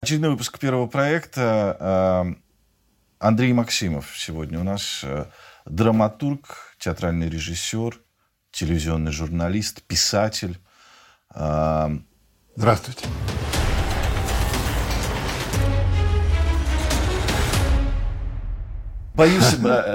Очередной выпуск первого проекта. Андрей Максимов сегодня у нас драматург, театральный режиссер, телевизионный журналист, писатель. Здравствуйте. Боюсь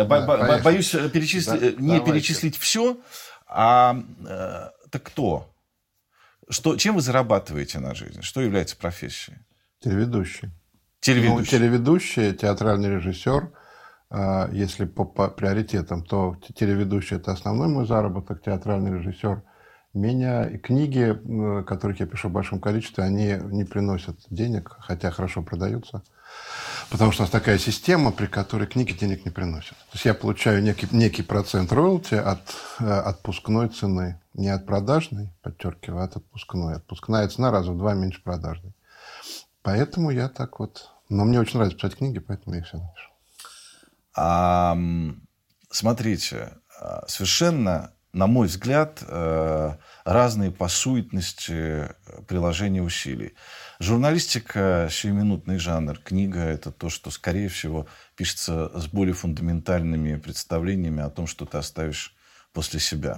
перечислить все. Так кто? Чем вы зарабатываете на жизнь? Что является профессией? Телеведущий. Телеведущий, театральный режиссер. Если по приоритетам, то телеведущий – это основной мой заработок, театральный режиссер. Книги, которых я пишу в большом количестве, они не приносят денег, хотя хорошо продаются. Потому что у нас такая система, при которой книги денег не приносят. То есть я получаю некий процент роялти от отпускной цены. Не от продажной, подчеркиваю, а от отпускной. Отпускная цена раза в 2 меньше продажной. Поэтому я так вот... Но мне очень нравится писать книги, поэтому я их все напишу. Смотрите, совершенно, на мой взгляд, разные по суетности приложения усилий. Журналистика – сиюминутный жанр. Книга – это то, что, скорее всего, пишется с более фундаментальными представлениями о том, что ты оставишь после себя.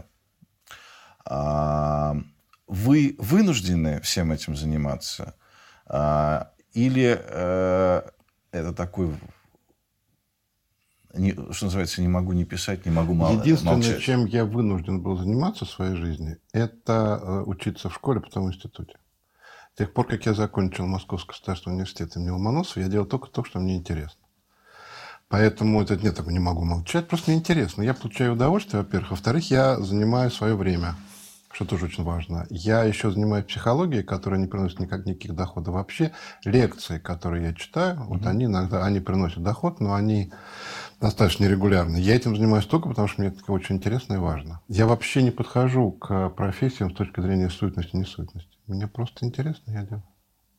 Вы вынуждены всем этим заниматься? Или это такой, что называется, не могу не писать, не могу молчать? Единственное, чем я вынужден был заниматься в своей жизни, это учиться в школе, потом в институте. С тех пор, как я закончил Московский государственный университет имени Ломоносова, я делал только то, что мне интересно. Поэтому это нет, не могу молчать, просто мне интересно. Я получаю удовольствие, во-первых. Во-вторых, я занимаю свое время, что тоже очень важно. Я еще занимаюсь психологией, которая не приносит никаких доходов вообще. Лекции, которые я читаю, вот они иногда приносят доход, но они достаточно нерегулярны. Я этим занимаюсь только потому, что мне это очень интересно и важно. Я вообще не подхожу к профессиям с точки зрения суетности, несуетности. Мне просто интересно, я делаю.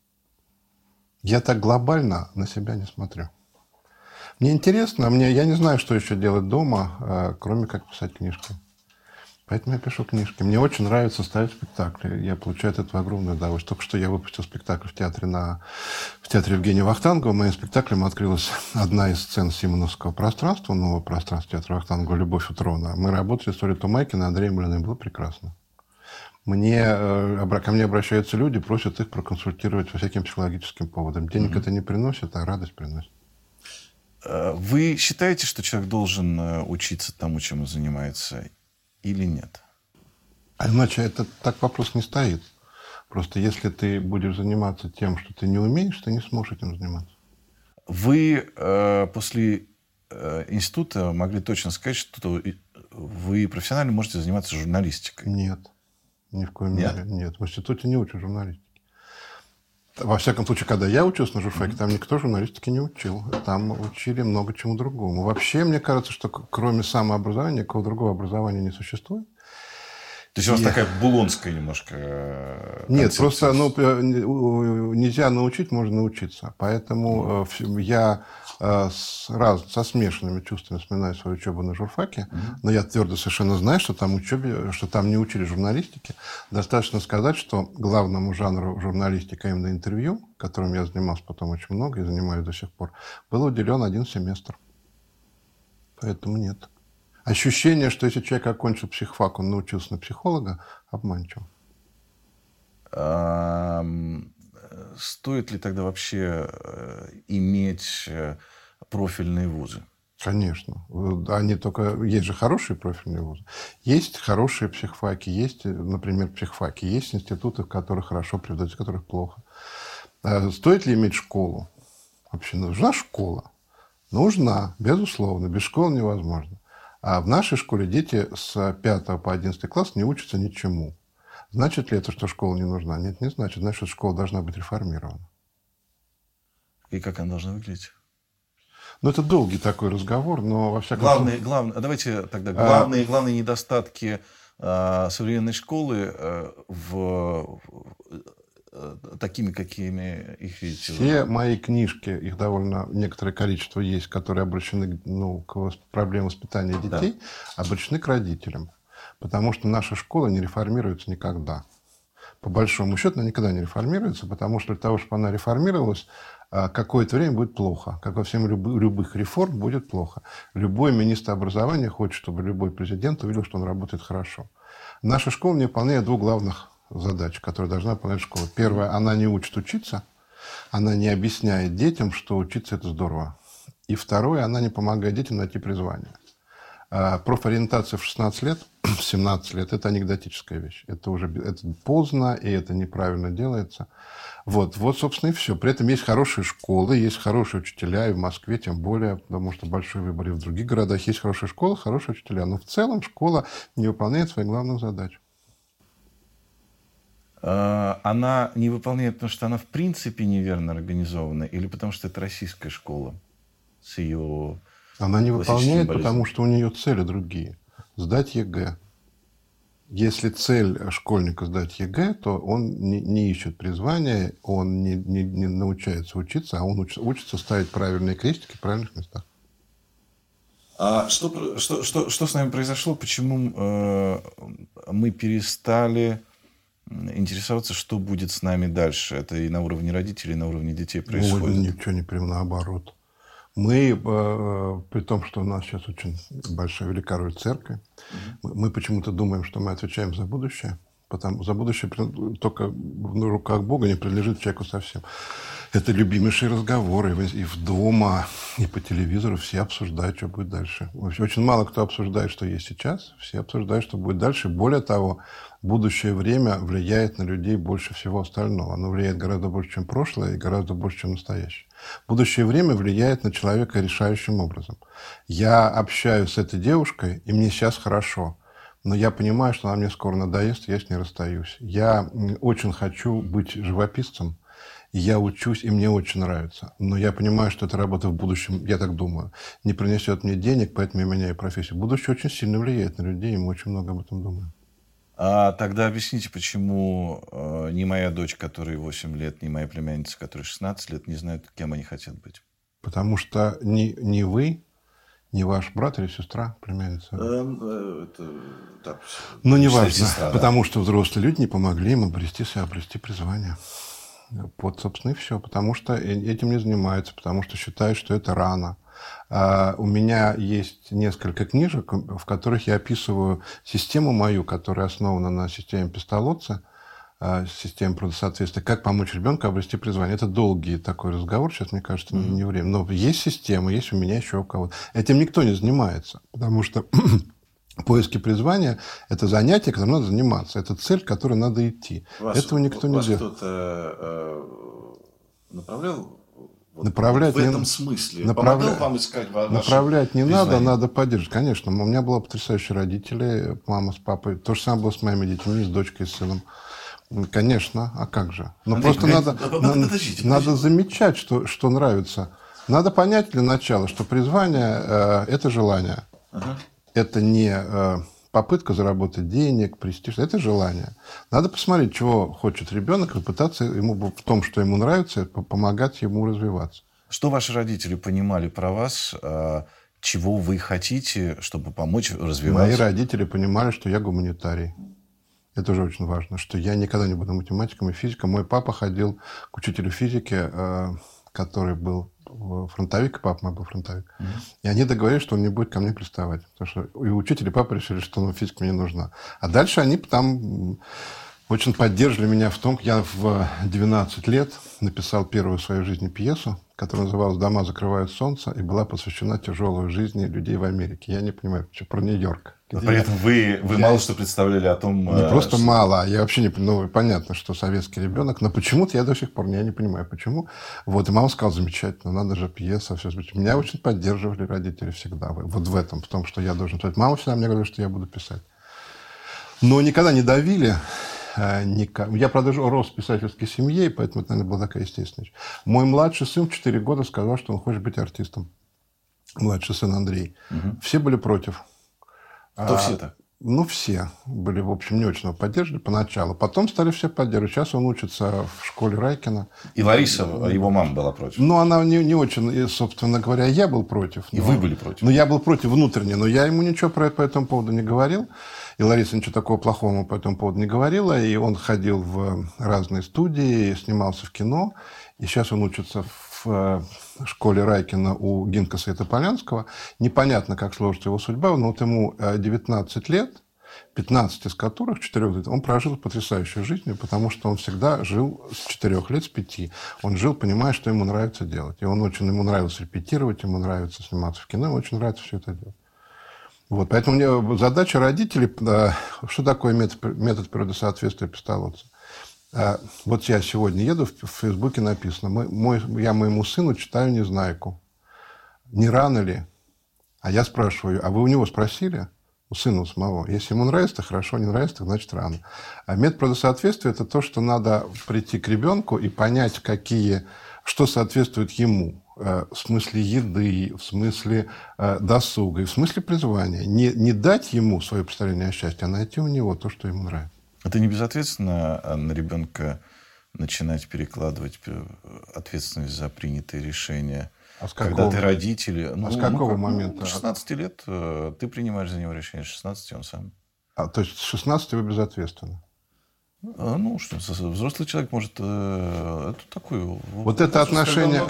Я так глобально на себя не смотрю. Мне интересно, я не знаю, что еще делать дома, кроме как писать книжки. Поэтому я пишу книжки. Мне очень нравится ставить спектакли. Я получаю от этого огромное удовольствие. Только что я выпустил спектакль в театре Евгения Вахтангова. Моим спектаклем открылась одна из сцен Симоновского пространства, нового пространства театра Вахтангова «Любовь у трона». Мы работали с Олей Тумайкиной, Андреем Блиным. Было прекрасно. Ко мне обращаются люди, просят их проконсультировать по всяким психологическим поводам. Денег это не приносит, а радость приносит. Вы считаете, что человек должен учиться тому, чем он занимается, или нет? А иначе это так вопрос не стоит. Просто если ты будешь заниматься тем, что ты не умеешь, ты не сможешь этим заниматься. Вы после института могли точно сказать, что вы профессионально можете заниматься журналистикой? Нет. Ни в коем мере. Нет. В институте не учат журналистики. Во всяком случае, когда я учился на журфаке, там никто журналистики не учил. Там учили много чему другому. Вообще, мне кажется, что кроме самообразования, никакого другого образования не существует. То есть у вас такая булонская немножко Нет, просто нельзя научить, можно научиться. Поэтому я со смешанными чувствами вспоминаю свою учебу на журфаке, но я твердо совершенно знаю, что там не учили журналистики. Достаточно сказать, что главному жанру журналистики, а именно интервью, которым я занимался потом очень много и занимаюсь до сих пор, был уделен 1 семестр. Поэтому нет. Ощущение, что если человек окончил психфак, он научился на психолога, обманчиво. Стоит ли тогда вообще иметь профильные вузы? Конечно. Есть же хорошие профильные вузы. Есть хорошие психфаки, есть, например, психфаки, есть институты, в которых хорошо преподают, в которых плохо. Стоит ли иметь школу? Вообще нужна школа? Нужна, безусловно. Без школы невозможно. А в нашей школе дети с 5 по 11 класс не учатся ничему. Значит ли это, что школа не нужна? Нет, не значит. Значит, что школа должна быть реформирована. И как она должна выглядеть? Это долгий такой разговор, но во всяком случае... Давайте тогда главные недостатки современной школы такими, какими их видите? Все мои книжки, их довольно некоторое количество есть, которые обращены к проблемам воспитания детей, обращены к родителям. Потому что наша школа не реформируется никогда. по большому счету, она никогда не реформируется, потому что для того, чтобы она реформировалась, какое-то время будет плохо. Как во всем любых реформ будет плохо. Любой министр образования хочет, чтобы любой президент увидел, что он работает хорошо. Наша школа не выполняет двух главных задач, которые должна выполнять школа. Первое, она не учит учиться, она не объясняет детям, что учиться – это здорово. И второе, она не помогает детям найти призвание. Профориентация в 16 лет, в 17 лет – это анекдотическая вещь. Это уже поздно, и это неправильно делается. Вот, собственно, и все. При этом есть хорошие школы, есть хорошие учителя, и в Москве тем более, потому что большой выбор и в других городах. Есть хорошие школы, хорошие учителя. Но в целом школа не выполняет своих главных задач. Она не выполняет, потому что она в принципе неверно организована, или потому что это российская школа с ее... Она не выполняет, потому что у нее цели другие. Сдать ЕГЭ. Если цель школьника сдать ЕГЭ, то он не ищет призвания, он не научается учиться, а он учится ставить правильные крестики в правильных местах. А что с нами произошло? Почему мы перестали интересоваться, что будет с нами дальше? Это и на уровне родителей, и на уровне детей происходит? Ничего не прям наоборот. Мы, при том, что у нас сейчас очень большая велика роль церкви, мы почему-то думаем, что мы отвечаем за будущее. За будущее только в руках Бога не принадлежит человеку совсем. Это любимейшие разговоры и в дома, и по телевизору. Все обсуждают, что будет дальше. Очень мало кто обсуждает, что есть сейчас. Все обсуждают, что будет дальше. Более того, будущее время влияет на людей больше всего остального. Оно влияет гораздо больше, чем прошлое, и гораздо больше, чем настоящее. Будущее время влияет на человека решающим образом. Я общаюсь с этой девушкой, и мне сейчас хорошо. Но я понимаю, что она мне скоро надоест, и я с ней расстаюсь. Я очень хочу быть живописцем. Я учусь, и мне очень нравится. Но я понимаю, что эта работа в будущем, я так думаю, не принесет мне денег, поэтому я меняю профессию. Будущее очень сильно влияет на людей, и мы очень много об этом думаем. А тогда объясните, почему ни моя дочь, которой 8 лет, ни моя племянница, которой 16 лет, не знают, кем они хотят быть? Потому что ни вы, ни ваш брат или сестра, племянница. Ну, неважно. Потому что взрослые люди не помогли им обрести призвание. Вот, собственно, и все. Потому что этим не занимаются, потому что считают, что это рано. У меня есть несколько книжек, в которых я описываю систему мою, которая основана на системе Песталоцци, системе природосоответствия, как помочь ребенку обрести призвание. Это долгий такой разговор, сейчас, мне кажется, не время. Но есть система, есть у меня еще у кого-то. Этим никто не занимается, потому что поиски призвания – это занятие, которым надо заниматься. Это цель, к которой надо идти. Этого никто не делает. Кто-то направлял направлять в этом смысле? Помогал вам искать направлять не надо, надо поддерживать. Конечно, у меня было потрясающие родители, мама с папой. То же самое было с моими детьми, с дочкой, с сыном. Конечно, а как же? Но Андрей, просто надо замечать, что нравится. Надо понять для начала, что призвание – это желание. Это не попытка заработать денег, престиж. Это желание. Надо посмотреть, чего хочет ребенок, и пытаться ему в том, что ему нравится, помогать ему развиваться. Что ваши родители понимали про вас, чего вы хотите, чтобы помочь развиваться? Мои родители понимали, что я гуманитарий. Это тоже очень важно, что я никогда не буду математиком и физиком. Мой папа ходил к учителю физики, который был фронтовик, папа мой был фронтовик. И они договорились, что он не будет ко мне приставать. Потому что и учитель, и папа решили, что физика мне не нужна. А дальше они там очень поддерживали меня в том, я в 12 лет написал первую в своей жизни пьесу, которая называлась «Дома закрывают солнце» и была посвящена тяжелой жизни людей в Америке. Я не понимаю, про Нью-Йорк. Но при этом вы мало что представляли о том... Не просто мало, я вообще не понимаю. Ну, понятно, что советский ребенок, но почему-то я до сих пор не понимаю, почему. Вот, и мама сказала, замечательно, надо же пьеса, все. Меня очень поддерживали родители всегда. Вот в этом, в том, что я должен писать. Мама всегда мне говорила, что я буду писать. Но никогда не давили. Я, правда, рос в писательской семье, поэтому это, наверное, была такая естественная. Мой младший сын в 4 года сказал, что он хочет быть артистом. Младший сын Андрей. Все были против. Кто все-то? Ну, все были, в общем, не очень его поддерживали поначалу. Потом стали все поддерживать. Сейчас он учится в школе Райкина. И Лариса, его мама, была против? Ну, она не очень, и, собственно говоря, я был против. И вы были против? Ну, я был против внутренне, но я ему ничего по этому поводу не говорил. И Лариса ничего такого плохого ему по этому поводу не говорила. И он ходил в разные студии, снимался в кино. И сейчас он учится в школе Райкина у Гинка Святополянского. Непонятно, как сложится его судьба, но вот ему 19 лет, 15 из которых, 4 лет, он прожил потрясающую жизнь, потому что он всегда жил с 4 лет, с 5. Он жил, понимая, что ему нравится делать. И ему нравилось репетировать, ему нравится сниматься в кино, ему очень нравится все это делать. Вот, поэтому мне задача родителей, что такое метод природосоответствия пестолотца. Вот я сегодня еду, в Фейсбуке написано, я моему сыну читаю «Незнайку». Не рано ли? А я спрашиваю, а вы у него спросили? У сына самого. Если ему нравится, то хорошо, не нравится, то значит рано. А метод природосоответствия – это то, что надо прийти к ребенку и понять, что соответствует ему. В смысле еды, в смысле досуга и в смысле призвания. Не дать ему свое представление о счастье, а найти у него то, что ему нравится. Это не безответственно на ребенка начинать перекладывать ответственность за принятые решения? Когда ты родитель... с какого момента? С 16 лет ты принимаешь за него решение, с 16 он сам. То есть с 16 вы безответственны? Ну, что, взрослый человек может... Это такое... Вот это отношение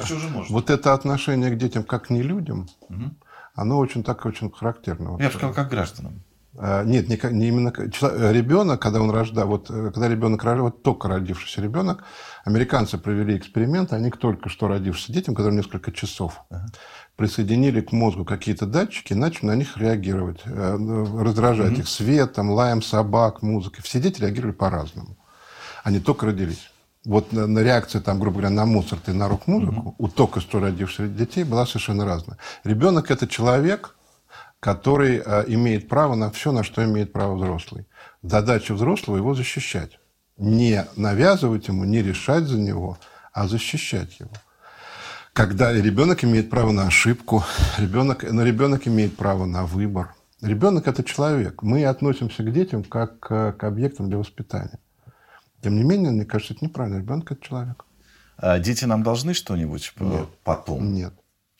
к детям как к нелюдям, оно очень характерно. Я бы сказал, как к гражданам. Нет, не именно ребенок, когда он рождается, когда ребенок рождается, только родившийся ребенок, американцы провели эксперимент, они к только что родившимся детям, которым несколько часов, присоединили к мозгу какие-то датчики и начали на них реагировать, раздражать их светом, лаем собак, музыкой. Все дети реагировали по-разному. Они только родились. Вот на реакция, там, грубо говоря, на Моцарта и на рок-музыку у только что родившихся детей была совершенно разная. Ребенок – это человек, который имеет право на все, на что имеет право взрослый. Задача взрослого – его защищать. Не навязывать ему, не решать за него, а защищать его. Когда ребенок имеет право на ошибку, но ребенок имеет право на выбор. Ребенок – это человек. Мы относимся к детям как к объектам для воспитания. Тем не менее, мне кажется, это неправильно. Ребенок – это человек. А дети нам должны что-нибудь потом? Нет.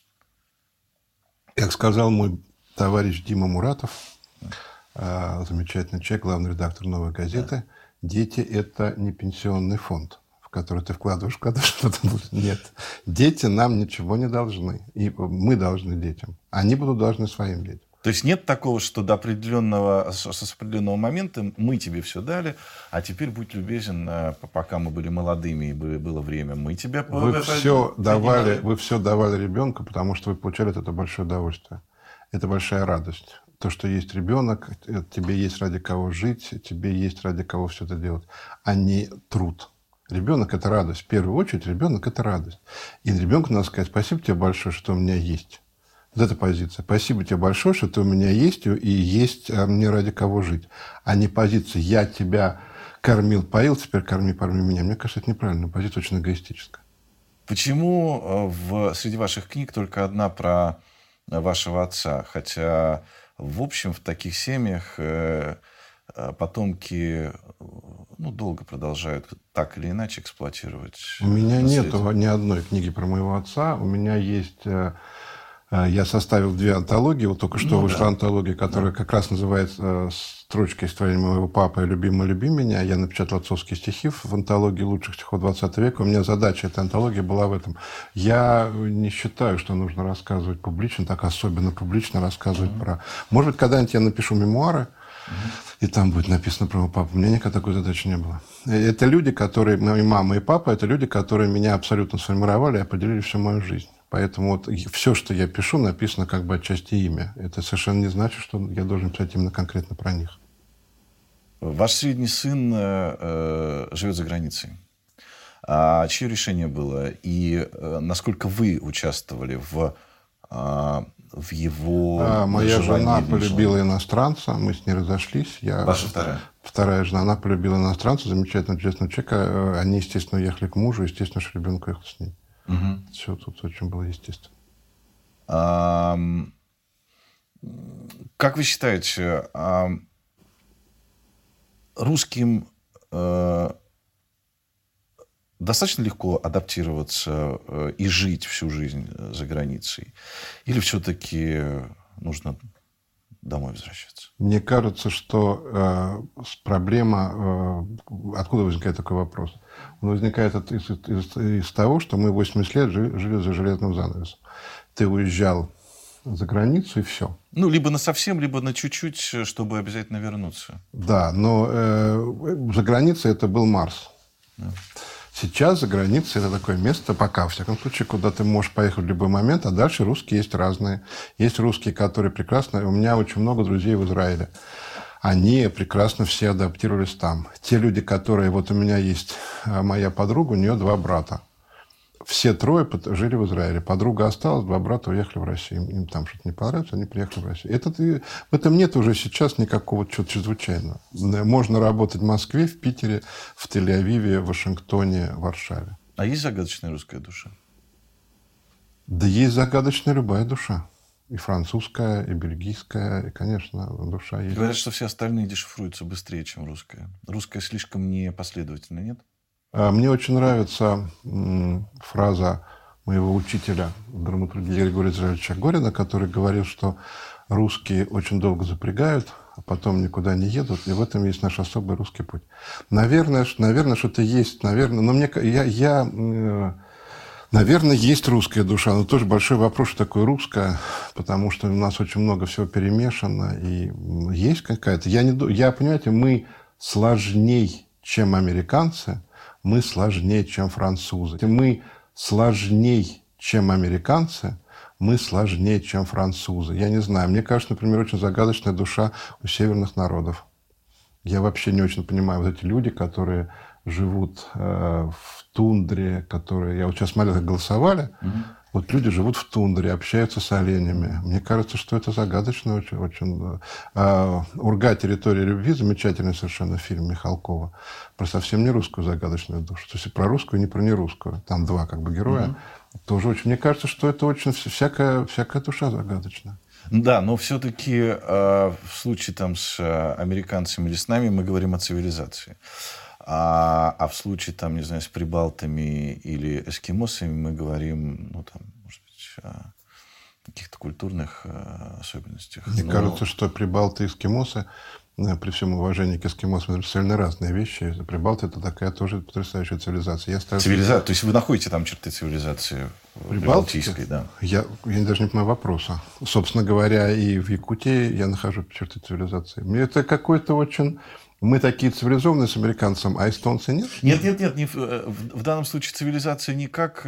Как сказал мой товарищ Дима Муратов, замечательный человек, главный редактор «Новой газеты», дети – это не пенсионный фонд, в который ты вкладываешь что-то. Нет. Дети нам ничего не должны. И мы должны детям. Они будут должны своим детям. То есть нет такого, что с определенного момента мы тебе все дали, а теперь будь любезен, пока мы были молодыми и было время, мы тебе... Вы все давали ребенку, потому что вы получали от этого большое удовольствие. Это большая радость. То, что есть ребенок, тебе есть ради кого жить, тебе есть ради кого все это делать, а не труд. Ребенок – это радость. В первую очередь, ребенок – это радость. И ребенку надо сказать: спасибо тебе большое, что у меня есть. Вот эта позиция. Спасибо тебе большое, что ты у меня есть, и есть мне ради кого жить. А не позиция: я тебя кормил, поил, теперь корми меня. Мне кажется, это неправильная позиция, очень эгоистическая. Почему среди ваших книг только одна про вашего отца? Хотя, в общем, в таких семьях потомки долго продолжают так или иначе эксплуатировать. У меня нет ни одной книги про моего отца. У меня есть... Я составил 2 антологии. Вот только что вышла антология, которая как раз называется «Строчки из творения моего папы «Любимый, люби меня». Я напечатал отцовские стихи в антологии лучших стихов 20 века. У меня задача этой антологии была в этом. Я не считаю, что нужно рассказывать публично, так особенно публично рассказывать про... Может быть, когда-нибудь я напишу мемуары, и там будет написано про моего папу. У меня никогда такой задачи не было. Это люди, которые... Мои мама и папа, это люди, которые меня абсолютно сформировали и определили всю мою жизнь. Поэтому вот все, что я пишу, написано как бы отчасти ими. Это совершенно не значит, что я должен писать именно конкретно про них. Ваш средний сын живет за границей. А чье решение было? И насколько вы участвовали в его... Моя жена полюбила иностранца, мы с ней разошлись. Ваша вторая? Вторая жена, она полюбила иностранца, замечательного, чудесного человека. Они, естественно, уехали к мужу, естественно, что ребенок уехал с ней. Все тут очень было естественно. Как вы считаете, русским достаточно легко адаптироваться и жить всю жизнь за границей? Или все-таки нужно домой возвращаться? Мне кажется, что проблема... откуда возникает такой вопрос? Он возникает из того, что мы 80 лет жили за железным занавесом. Ты уезжал за границу, и все. Ну, либо на совсем, либо на чуть-чуть, чтобы обязательно вернуться. Да, но за границей это был Марс. Да. Сейчас за границей это такое место, пока, во всяком случае, куда ты можешь поехать в любой момент, а дальше русские есть разные. Есть русские, которые прекрасно... У меня очень много друзей в Израиле. Они прекрасно все адаптировались там. Те люди, которые... Вот у меня есть моя подруга, у нее 2 брата. Все 3 жили в Израиле. Подруга осталась, 2 брата уехали в Россию. Им там что-то не понравилось, они приехали в Россию. В этом нет уже сейчас никакого чего-то чрезвычайного. Можно работать в Москве, в Питере, в Тель-Авиве, в Вашингтоне, в Варшаве. А есть загадочная русская душа? Да есть загадочная любая душа. И французская, и бельгийская, и, конечно, душа есть. Говорят, что все остальные дешифруются быстрее, чем русская. Русская слишком непоследовательна, нет? Мне очень нравится фраза моего учителя драматургии Григория Израилевича Горина, который говорил, что русские очень долго запрягают, а потом никуда не едут, и в этом есть наш особый русский путь. Наверное, что-то есть, наверное, но наверное, есть русская душа, но тоже большой вопрос, что такое русская, потому что у нас очень много всего перемешано, и есть какая-то... Понимаете, мы сложней, чем американцы, мы сложнее, чем французы. Мы сложней, чем американцы, мы сложнее, чем французы. Я не знаю. Мне кажется, например, очень загадочная душа у северных народов. Я вообще не очень понимаю вот эти люди, которые живут в тундре, которые... Я вот сейчас смотрел, как голосовали. Вот люди живут в тундре, общаются с оленями. Мне кажется, что это загадочно очень. «Урга. Территория любви» — замечательный совершенно фильм Михалкова про совсем не русскую загадочную душу. То есть про русскую, не про нерусскую. Там 2 как бы героя. Тоже очень... Мне кажется, что это очень... Всякая душа загадочна. Да, но все-таки в случае там с американцами или с нами мы говорим о цивилизации. А в случае, там, не знаю, с прибалтами или эскимосами мы говорим, ну, там, может быть, о каких-то культурных особенностях. Мне кажется, что прибалты и эскимосы, при всем уважении к эскимосам, это совершенно разные вещи. Прибалты — это такая тоже потрясающая цивилизация. Цивилизация? То есть вы находите там черты цивилизации прибалтийской, да? Я даже не понимаю вопроса. Собственно говоря, и в Якутии я нахожу черты цивилизации. Мне это какой-то очень... Мы такие цивилизованные с американцем, а эстонцы нет? Нет. В данном случае цивилизация не как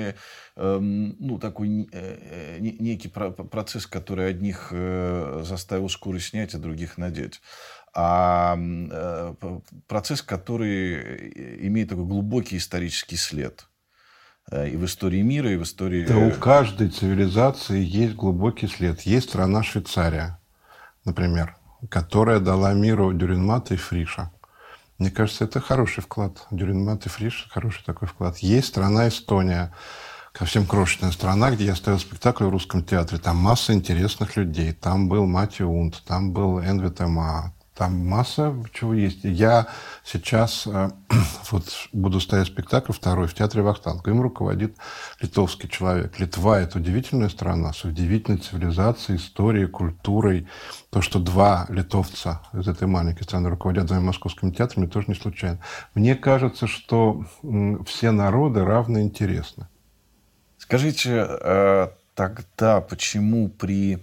такой некий процесс, который одних заставил шкуры снять, а других надеть. А процесс, который имеет такой глубокий исторический след. И в истории мира, и в истории... Да у каждой цивилизации есть глубокий след. Есть страна Швейцария, например, которая дала миру Дюрренмата и Фриша. Мне кажется, это хороший вклад. Дюрренмат и Фриш – хороший такой вклад. Есть страна Эстония, совсем крошечная страна, где я ставил спектакль в русском театре. Там масса интересных людей. Там был Матью Унт, там был Энви Тема. Там масса чего есть. Я сейчас буду ставить спектакль 2 в театре Вахтанг. Им руководит литовский человек. Литва – это удивительная страна с удивительной цивилизацией, историей, культурой. То, что 2 литовца из этой маленькой страны руководят 2 московскими театрами, тоже не случайно. Мне кажется, что все народы равно интересны. Скажите, тогда почему при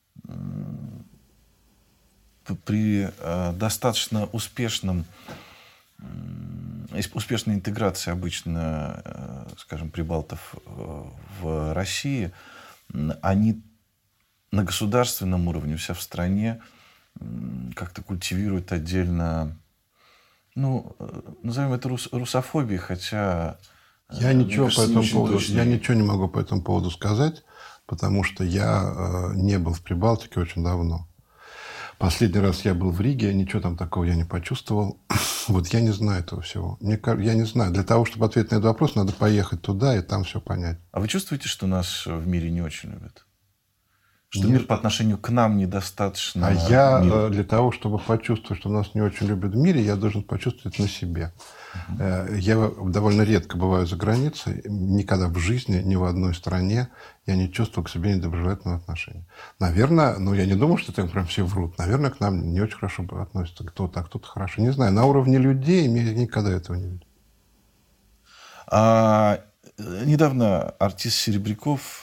достаточно успешной интеграции обычно, скажем, прибалтов в России, они на государственном уровне, вся в стране, как-то культивируют отдельно, назовем это русофобией, хотя... Я ничего не могу по этому поводу сказать, потому что я не был в Прибалтике очень давно. Последний раз я был в Риге, ничего там такого я не почувствовал. Вот я не знаю этого всего. Я не знаю. Для того, чтобы ответить на этот вопрос, надо поехать туда и там все понять. А вы чувствуете, что нас в мире не очень любят? Что мир по отношению к нам недостаточно... Для того, чтобы почувствовать, что нас не очень любят в мире, я должен почувствовать на себе. Я довольно редко бываю за границей. Никогда в жизни, ни в одной стране я не чувствовал к себе недоброжелательного отношения. Наверное, я не думаю, что там прям все врут. Наверное, к нам не очень хорошо относятся. Кто-то, а кто-то хорошо. Не знаю. На уровне людей я никогда этого не видел. Недавно артист Серебряков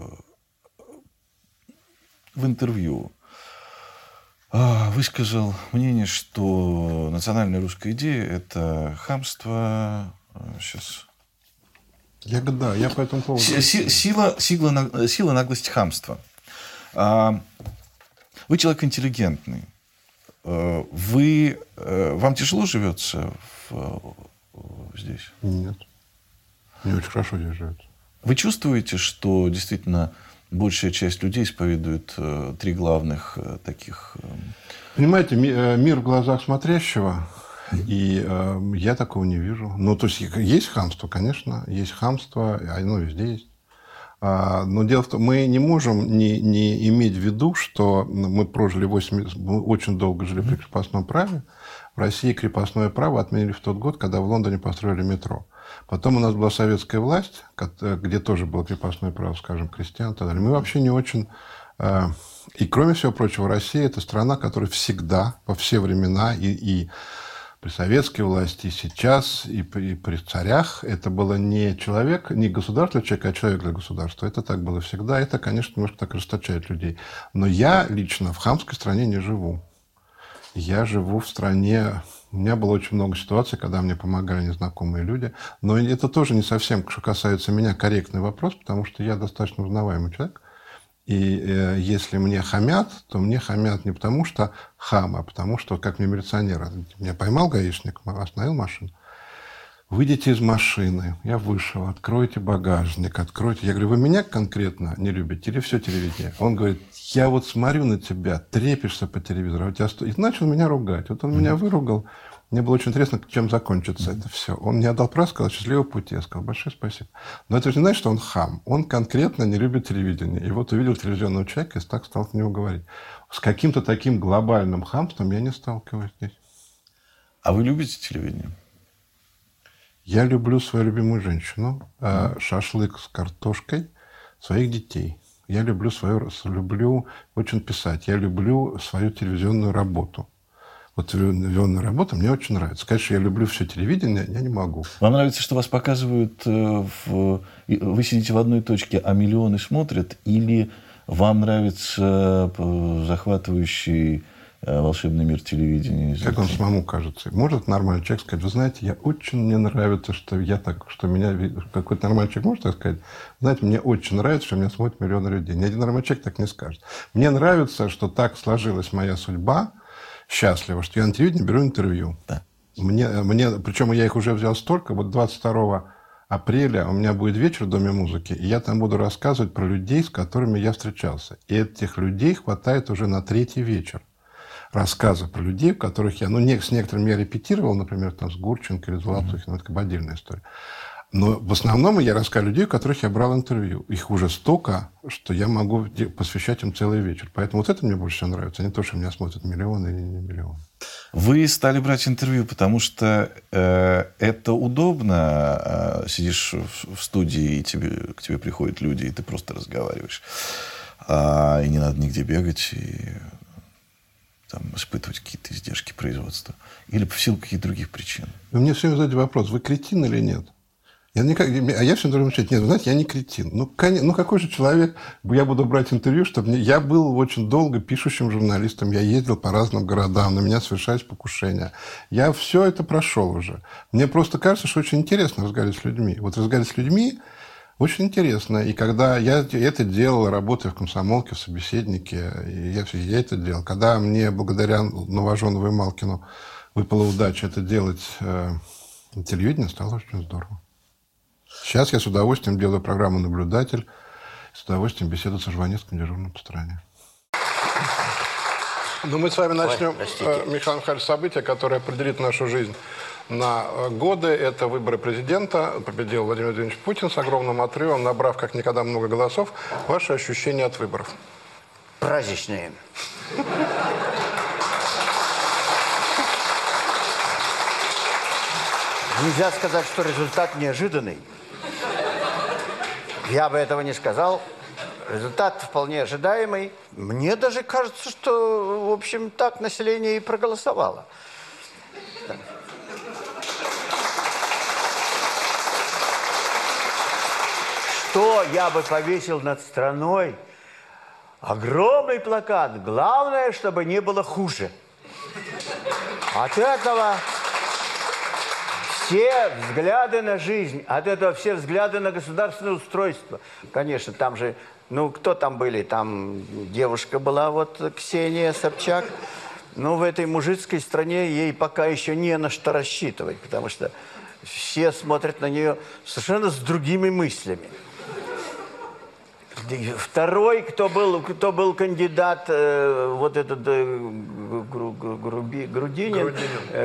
в интервью высказал мнение, что национальная русская идея – это хамство. Сейчас. Я по этому поводу. Сила, наглость, хамство. Вы человек интеллигентный. Вам тяжело живется здесь? Нет. Мне очень хорошо здесь живется. Вы чувствуете, что действительно большая часть людей исповедует три главных таких... Понимаете, мир в глазах смотрящего, и я такого не вижу. То есть есть хамство, конечно, есть хамство, оно везде есть. Но дело в том, мы не можем не иметь в виду, что мы прожили мы очень долго жили при крепостном праве. В России крепостное право отменили в тот год, когда в Лондоне построили метро. Потом у нас была советская власть, где тоже было крепостное право, скажем, крестьян и так далее. Мы вообще не очень... И, кроме всего прочего, Россия – это страна, которая всегда, во все времена, и при советской власти, и сейчас, и при царях, это было не человек, не государство для человека, а человек для государства. Это так было всегда. Это, конечно, немножко так расточает людей. Но я лично в хамской стране не живу. Я живу в стране... У меня было очень много ситуаций, когда мне помогали незнакомые люди. Но это тоже не совсем, что касается меня, корректный вопрос, потому что я достаточно узнаваемый человек. И если мне хамят, то мне хамят не потому, что хам, а потому, что, как мне милиционер, меня поймал гаишник, остановил машину. Выйдите из машины. Я вышел. Откройте багажник. Откройте. Я говорю, вы меня конкретно не любите или все телевидение? Он говорит, я вот смотрю на тебя, трепишься по телевизору. И начал меня ругать. Вот он меня выругал. Мне было очень интересно, чем закончится это все. Он мне отдал прав, сказал, счастливого пути. Я сказал, большое спасибо. Но это же не значит, что он хам. Он конкретно не любит телевидение. И вот увидел телевизионного человека и так стал к нему говорить. С каким-то таким глобальным хамством я не сталкиваюсь здесь. А вы любите телевидение? Я люблю свою любимую женщину, шашлык с картошкой, своих детей. Я люблю очень писать. Я люблю свою телевизионную работу. Вот телевизионная работа мне очень нравится. Сказать, что я люблю все телевидение, я не могу. Вам нравится, что вас показывают, вы сидите в одной точке, а миллионы смотрят? Или вам нравится захватывающий волшебный мир телевидения? Как он самому кажется. Может нормальный человек сказать, вы знаете, мне нравится, что какой-то нормальный человек может так сказать, знаете, мне очень нравится, что меня смотрят миллионы людей. Ни один нормальный человек так не скажет. Мне нравится, что так сложилась моя судьба, счастливо, что я на телевидении беру интервью. Да. Причем я их уже взял столько, вот 22 апреля у меня будет вечер в Доме музыки, и я там буду рассказывать про людей, с которыми я встречался. И этих людей хватает уже на 3-й вечер. Рассказы про людей, у которых я... с некоторыми я репетировал, например, там, с Гурченко или Золотухиным. Это отдельная история. Но в основном я рассказываю людей, у которых я брал интервью. Их уже столько, что я могу посвящать им целый вечер. Поэтому вот это мне больше всего нравится. А не то, что меня смотрят миллионы или не миллионы. Вы стали брать интервью, потому что это удобно. Сидишь в студии, и к тебе приходят люди, и ты просто разговариваешь. И не надо нигде бегать, и испытывать какие-то издержки производства. Или в силу каких-то других причин. Вы мне все время задаете вопрос, вы кретин или нет? Я всем должен отвечать, нет, вы знаете, я не кретин. Какой же человек, я буду брать интервью, я был очень долго пишущим журналистом, я ездил по разным городам, на меня совершались покушения. Я все это прошел уже. Мне просто кажется, что очень интересно разговаривать с людьми. Вот разговаривать с людьми очень интересно. И когда я это делал, работая в комсомолке, в собеседнике, я это делал. Когда мне, благодаря Новожонову и Малкину, выпала удача это делать на телевидении, стало очень здорово. Сейчас я с удовольствием делаю программу «Наблюдатель», с удовольствием беседую со Жванецким, дежурным по стране. Мы с вами начнем, Михаил Михайлович, событие, которое определит нашу жизнь на годы. Это выборы президента. Победил Владимир Владимирович Путин с огромным отрывом, набрав как никогда много голосов. Ваши ощущения от выборов? Праздничные. Нельзя сказать, что результат неожиданный. Я бы этого не сказал. Результат вполне ожидаемый. Мне даже кажется, что, в общем, так население и проголосовало. Что я бы повесил над страной? Огромный плакат. Главное, чтобы не было хуже. От этого все взгляды на жизнь, от этого все взгляды на государственное устройство. Конечно, там же, ну, кто там были? Там девушка была, вот Ксения Собчак. Но в этой мужицкой стране ей пока еще не на что рассчитывать, потому что все смотрят на нее совершенно с другими мыслями. Второй, кто был кандидат, вот этот Грудинин,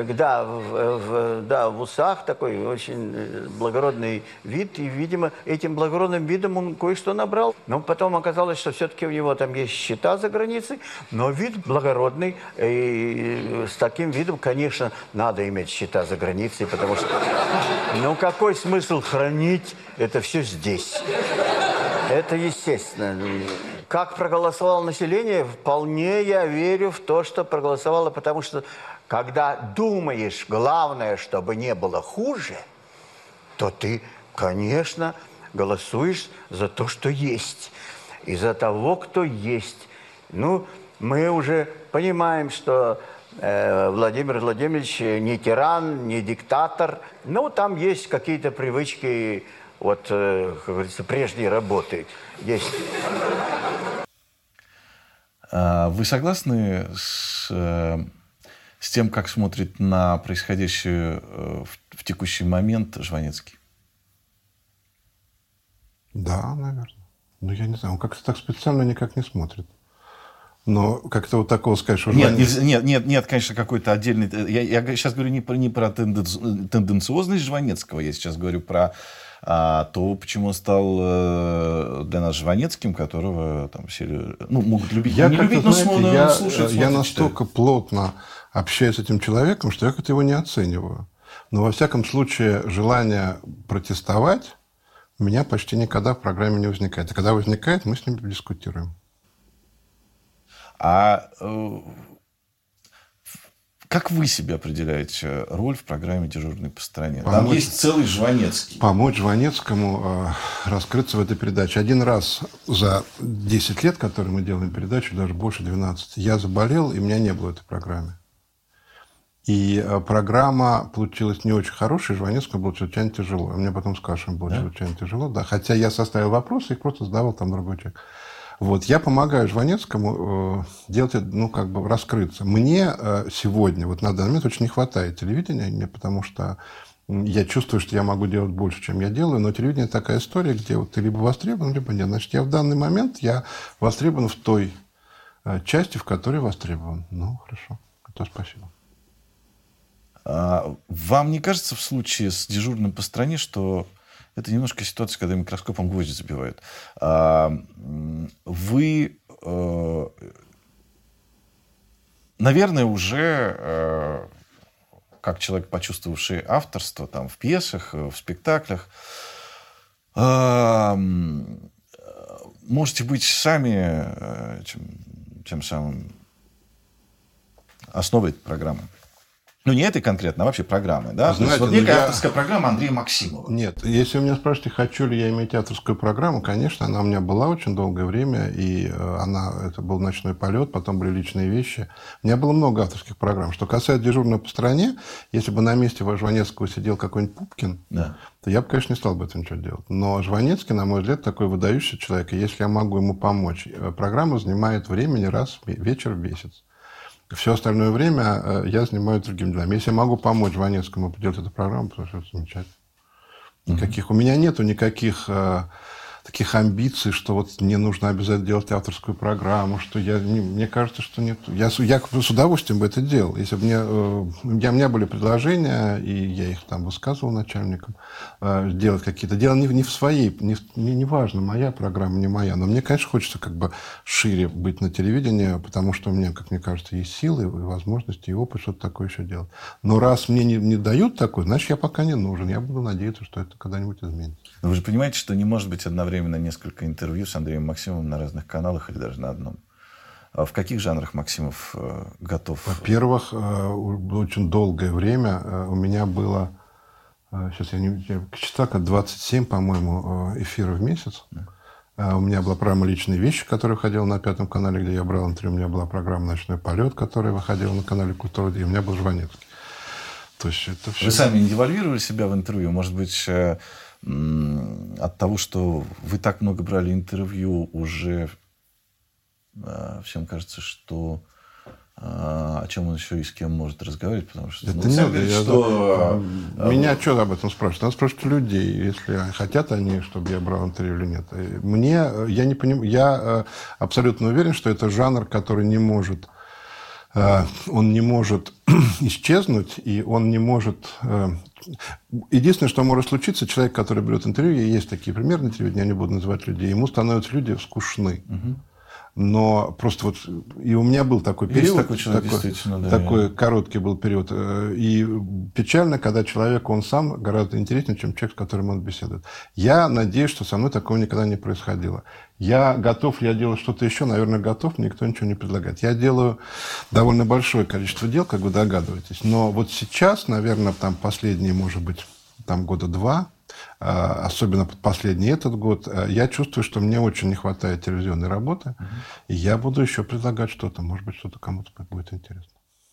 да, в усах такой очень благородный вид, и, видимо, этим благородным видом он кое-что набрал. Но потом оказалось, что все-таки у него там есть счета за границей, но вид благородный, и с таким видом, конечно, надо иметь счета за границей, потому что, ну, какой смысл хранить это все здесь? Это естественно. Как проголосовало население, вполне я верю в то, что проголосовало, потому что, когда думаешь, главное, чтобы не было хуже, то ты, конечно, голосуешь за то, что есть, и за того, кто есть. Ну, мы уже понимаем, что Владимир Владимирович не тиран, не диктатор, но там есть какие-то привычки, вот, как говорится, прежней работы есть. Вы согласны с тем, как смотрит на происходящее в текущий момент Жванецкий? Да, наверное. Но я не знаю, он как-то так специально никак не смотрит. Но как-то вот такого сказать, что... Нет, конечно, какой-то отдельный... Я сейчас говорю не про тенденциозность Жванецкого, я сейчас говорю про то, почему он стал для нас Жванецким, которого там все могут любить, не любить, но слушают. Я настолько плотно общаюсь с этим человеком, что я как-то его не оцениваю. Но, во всяком случае, желание протестовать у меня почти никогда в программе не возникает. А когда возникает, мы с ним дискутируем. Как вы себе определяете роль в программе «Дежурный по стране»? Там есть целый Жванецкий. Помочь Жванецкому раскрыться в этой передаче. Один раз за 10 лет, которые мы делаем передачу, даже больше 12, я заболел, и меня не было в этой программе. И программа получилась не очень хорошая, Жванецкому было чрезвычайно тяжело. Мне потом сказали, что было чрезвычайно тяжело. Да. Хотя я составил вопросы, их просто задавал там другой человек. Вот, я помогаю Жванецкому делать, раскрыться. Мне сегодня, вот на данный момент, очень не хватает телевидения, потому что я чувствую, что я могу делать больше, чем я делаю, но телевидение такая история, где вот ты либо востребован, либо нет. Значит, я в данный момент востребован в той части, в которой востребован. Ну, хорошо. То спасибо. Вам не кажется в случае с «Дежурным по стране», что это немножко ситуация, когда микроскопом гвозди забивают? Вы, наверное, уже, как человек, почувствовавший авторство там, в пьесах, в спектаклях, можете быть сами тем самым основой этой программы. Ну, не этой конкретно, а вообще программы, да? Знаете, вот некая авторская программа Андрея Максимова. Нет, если вы меня спрашиваете, хочу ли я иметь авторскую программу, конечно, она у меня была очень долгое время, и это был «Ночной полет», потом были «Личные вещи». У меня было много авторских программ. Что касается «Дежурного по стране», если бы на месте Жванецкого сидел какой-нибудь Пупкин, то я бы, конечно, не стал бы это ничего делать. Но Жванецкий, на мой взгляд, такой выдающийся человек, и если я могу ему помочь, программа занимает времени раз вечер в месяц. Все остальное время я занимаюсь другими делами. Если я могу помочь Жванецкому делать эту программу, то это замечательно. У меня нету никаких таких амбиций, что вот мне нужно обязательно делать авторскую программу, что мне кажется, что нет. Я с удовольствием бы это делал. Если бы у меня были предложения, и я их там высказывал начальникам, делать какие-то. Дело не в своей, не важно, моя программа, не моя. Но мне, конечно, хочется как бы шире быть на телевидении, потому что у меня, как мне кажется, есть силы, и возможности, и опыт что-то такое еще делать. Но раз мне не дают такой, значит, я пока не нужен. Я буду надеяться, что это когда-нибудь изменится. Но вы же понимаете, что не может быть одновременно несколько интервью с Андреем Максимовым на разных каналах или даже на одном. А в каких жанрах Максимов готов? Во-первых, очень долгое время у меня было, сейчас я не читал, 27, по-моему, эфиров в месяц. Да. У меня была программа «Личные вещи», которая выходила на Пятом канале, где я брал интервью. У меня была программа «Ночной полет», которая выходила на канале «Культура», и у меня был Жванецкий. То есть это все... Вы сами не девальвировали себя в интервью? Может быть, от того, что вы так много брали интервью, уже всем кажется, что о чем он еще и с кем может разговаривать, потому что... Это меня что об этом спрашивают? Надо спрашивать людей, если хотят они, чтобы я брал интервью или нет. Я не понимаю, я абсолютно уверен, что это жанр, который не может... Он не может исчезнуть, и он не может... Единственное, что может случиться, человек, который берет интервью, и есть такие примеры на телевидении, я не буду называть людей, ему становятся люди скучны. Но просто вот... И у меня был такой период. Есть такой человек, действительно, да. Такой короткий был период. И печально, когда человек, он сам гораздо интереснее, чем человек, с которым он беседует. Я надеюсь, что со мной такого никогда не происходило. Я готов, я делаю что-то еще, наверное, готов, никто ничего не предлагает. Я делаю довольно большое количество дел, как вы догадываетесь. Но вот сейчас, наверное, там последние, может быть, там года 2, особенно последний этот год, я чувствую, что мне очень не хватает телевизионной работы, и я буду еще предлагать что-то. Может быть, что-то кому-то будет интересно.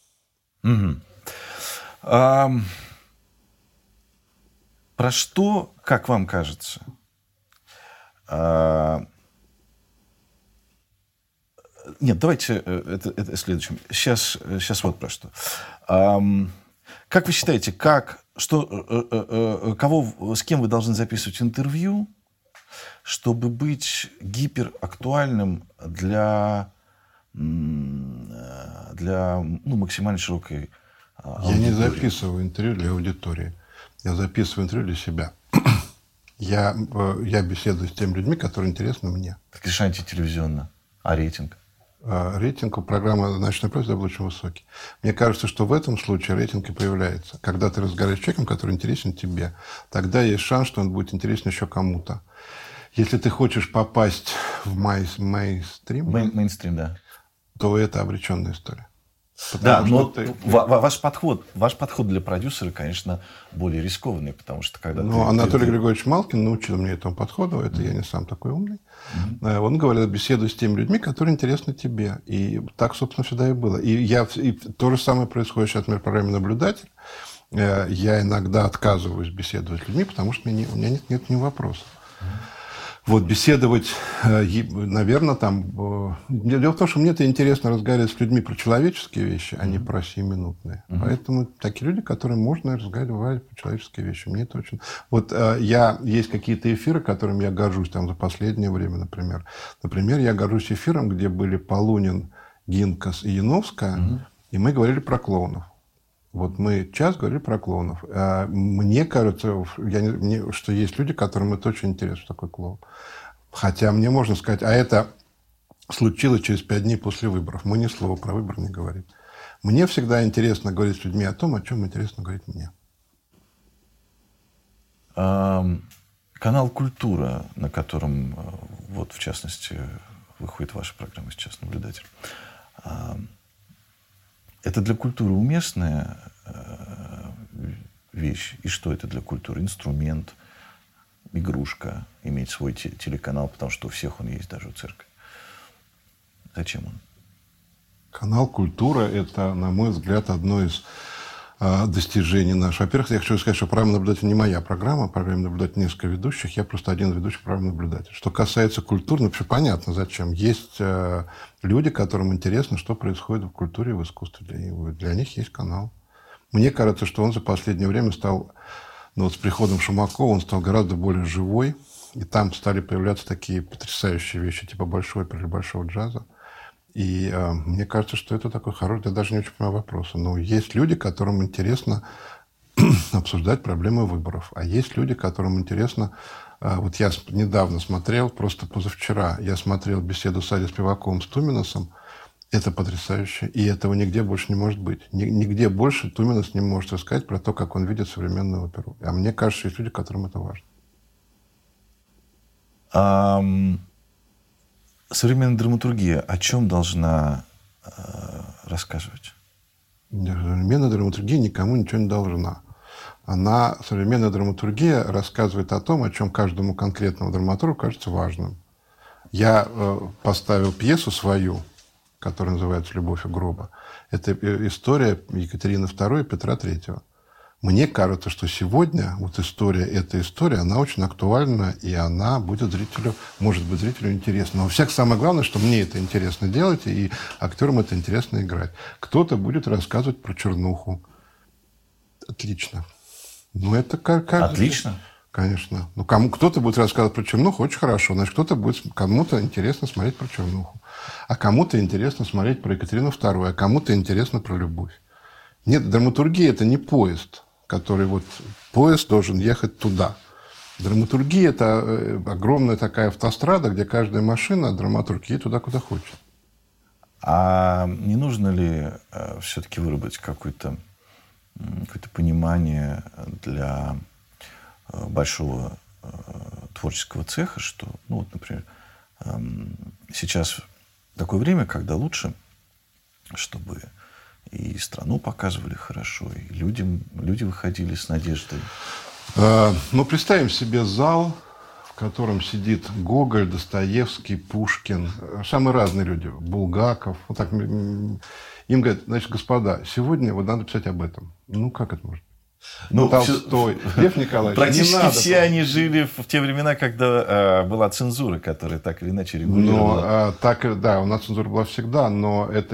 Про что, как вам кажется, нет, давайте это следующим. Сейчас вот про что. Как вы считаете, с кем вы должны записывать интервью, чтобы быть гиперактуальным для максимально широкой аудитории? Я не записываю интервью для аудитории. Я записываю интервью для себя. Я беседую с теми людьми, которые интересны мне. Так решайте телевизионно. А рейтинг? Рейтинг у программы «Ночной полет» был очень высокий. Мне кажется, что в этом случае рейтинг и появляется. Когда ты разговариваешь с человеком, который интересен тебе, тогда есть шанс, что он будет интересен еще кому-то. Если ты хочешь попасть в мейнстрим, да, то это обреченная история. Да, но ваш подход для продюсера, конечно, более рискованный, потому что когда Анатолий Григорьевич Малкин научил меня этому подходу, это я не сам такой умный. Он говорил, беседуй с теми людьми, которые интересны тебе. И так, собственно, всегда и было. И то же самое происходит сейчас, например, в программе «Наблюдатель». Я иногда отказываюсь беседовать с людьми, потому что у меня нет ни вопросов. Вот, беседовать, наверное, там... Дело в том, что мне-то интересно разговаривать с людьми про человеческие вещи, а не про сиюминутные. Поэтому такие люди, которые можно разговаривать про человеческие вещи. Мне это очень... Вот есть какие-то эфиры, которыми я горжусь там за последнее время, например. Например, я горжусь эфиром, где были Полунин, Гинкас и Яновская, и мы говорили про клоунов. Вот мы час говорили про клоунов. Мне кажется, что есть люди, которым это очень интересно, что такое клоун. Хотя мне можно сказать, а это случилось через 5 дней после выборов. Мы ни слова про выборы не говорим. Мне всегда интересно говорить с людьми о том, о чем интересно говорить мне. Канал «Культура», на котором, вот, в частности, выходит ваша программа сейчас «Наблюдатель». Это для культуры уместная вещь? И что это для культуры? Инструмент, игрушка, иметь свой телеканал, потому что у всех он есть, даже у церкви. Зачем он? Канал «Культура» — это, на мой взгляд, одно из достижений наших. Во-первых, я хочу сказать, что программа «Наблюдатель» не моя программа. В программе «Наблюдатель» несколько ведущих. Я просто один из ведущих программы «Наблюдатель». Что касается культуры, вообще понятно, зачем. Есть люди, которым интересно, что происходит в культуре и в искусстве. Для них есть канал. Мне кажется, что он за последнее время стал, с приходом Шумакова, он стал гораздо более живой. И там стали появляться такие потрясающие вещи, типа большой оперы или большого джаза. И мне кажется, что это такой хороший, я даже не очень понимаю вопроса. Но есть люди, которым интересно обсуждать проблемы выборов. А есть люди, которым интересно... Вот я недавно смотрел, просто позавчера, я смотрел беседу с Ади Спиваковым с Туминасом. Это потрясающе. И этого нигде больше не может быть. Нигде больше Туминас не может рассказать про то, как он видит современную оперу. А мне кажется, есть люди, которым это важно. Современная драматургия о чем должна рассказывать? Современная драматургия никому ничего не должна. Современная драматургия рассказывает о том, о чем каждому конкретному драматургу кажется важным. Я поставил пьесу свою, которая называется «Любовь у гроба». Это история Екатерины II и Петра III. Мне кажется, что сегодня вот эта история, она очень актуальна, и она будет может быть зрителю интересна. Но самое главное, что мне это интересно делать, и актерам это интересно играть. Кто-то будет рассказывать про чернуху. Отлично. Ну, это как... Отлично. Конечно. Ну, кто-то будет рассказывать про чернуху, очень хорошо. Значит, кому-то интересно смотреть про чернуху. А кому-то интересно смотреть про Екатерину II, а кому-то интересно про любовь. Нет, драматургия – это не поезд, поезд должен ехать туда. Драматургия – это огромная такая автострада, где каждая машина, драматург, едет туда, куда хочет. А не нужно ли все-таки выработать какое-то понимание для большого творческого цеха, что, например, сейчас такое время, когда лучше, чтобы и страну показывали хорошо, и люди выходили с надеждой. Представим себе зал, в котором сидит Гоголь, Достоевский, Пушкин, самые разные люди, Булгаков. Вот так, им говорят, значит, господа, сегодня надо писать об этом. Как это может быть? Толстой, Лев Николаевич. Практически все они жили в те времена, когда была цензура, которая так или иначе регулировала. У нас цензура была всегда, но это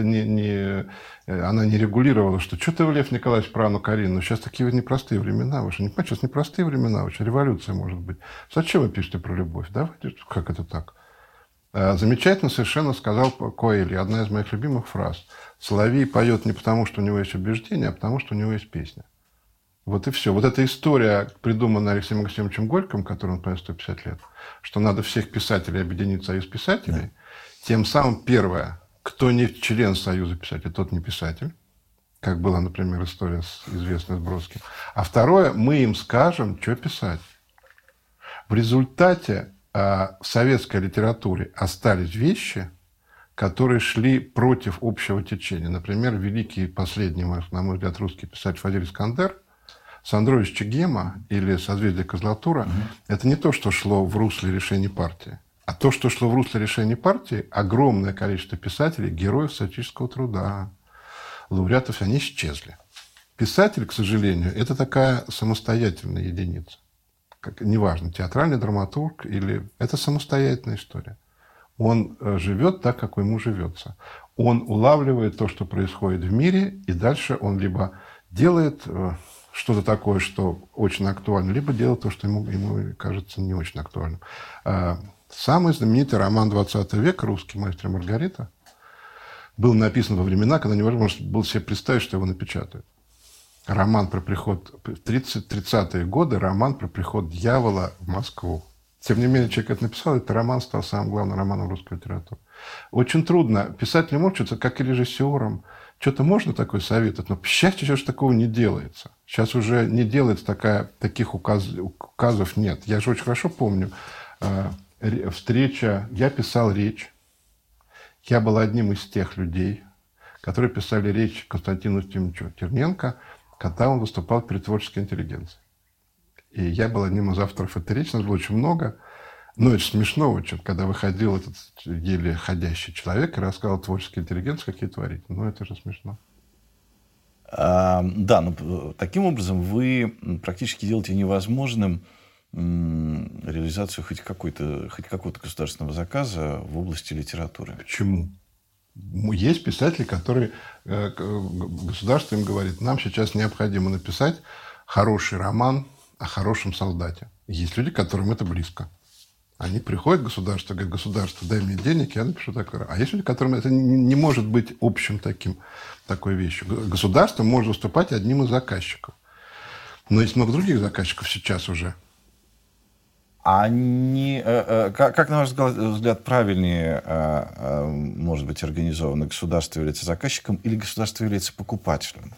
она не регулировала, что ты, Лев Николаевич, про Анну Каренину. Сейчас такие непростые времена. Вы же не понимаете, сейчас непростые времена, очень революция может быть. Зачем вы пишете про любовь? Давайте, как это так? Замечательно совершенно сказал Коэльо, одна из моих любимых фраз. Соловей поет не потому, что у него есть убеждение, а потому, что у него есть песня. Вот и все. Вот эта история, придуманная Алексеем Максимовичем Горьким, которому он 150 лет, что надо всех писателей объединить в союз писателей, тем самым, первое, кто не член союза писателей, тот не писатель, как была, например, история известная с Бродским. А второе, мы им скажем, что писать. В результате в советской литературе остались вещи, которые шли против общего течения. Например, великий последний, на мой взгляд, русский писатель Фадиль Искандер, Сандрович Чегема или «Созвездие Козлатура» это не то, что шло в русле решений партии. А то, что шло в русле решений партии, огромное количество писателей, героев социалистического труда, лауреатов, они исчезли. Писатель, к сожалению, это такая самостоятельная единица. Неважно, театральный драматург или... Это самостоятельная история. Он живет так, как ему живется. Он улавливает то, что происходит в мире, и дальше он либо делает что-то такое, что очень актуально, либо делает то, что ему кажется не очень актуальным. Самый знаменитый роман 20 века, русский «Мастер и Маргарита», был написан во времена, когда невозможно было себе представить, что его напечатают. Роман про приход... 30-е годы, роман про приход дьявола в Москву. Тем не менее, человек это написал, этот роман стал самым главным романом русской литературы. Очень трудно. Писателям учатся, как и режиссерам. Что-то можно такое советовать, но, к счастью, сейчас такого не делается. Сейчас уже не делается таких указов нет. Я же очень хорошо помню встреча, я писал речь. Я был одним из тех людей, которые писали речь Константину Ефимовичу Терненко, когда он выступал перед творческой интеллигенцией. И я был одним из авторов этой речи, нас было очень много. Но это смешно очень, когда выходил этот еле ходящий человек и рассказывал творческой интеллигенции, какие творить. Ну, это же смешно. Таким образом вы практически делаете невозможным реализацию хоть какого-то государственного заказа в области литературы. Почему? Есть писатели, которые государство им говорит, нам сейчас необходимо написать хороший роман о хорошем солдате. Есть люди, которым это близко. Они приходят к государству, говорят: государство, дай мне денег, я напишу такое. А есть люди, которым это не может быть общим такой вещью. Государство может выступать одним из заказчиков. Но есть много других заказчиков сейчас уже. Как, на ваш взгляд, правильнее, может быть, организовано? Государство является заказчиком или государство является покупателем?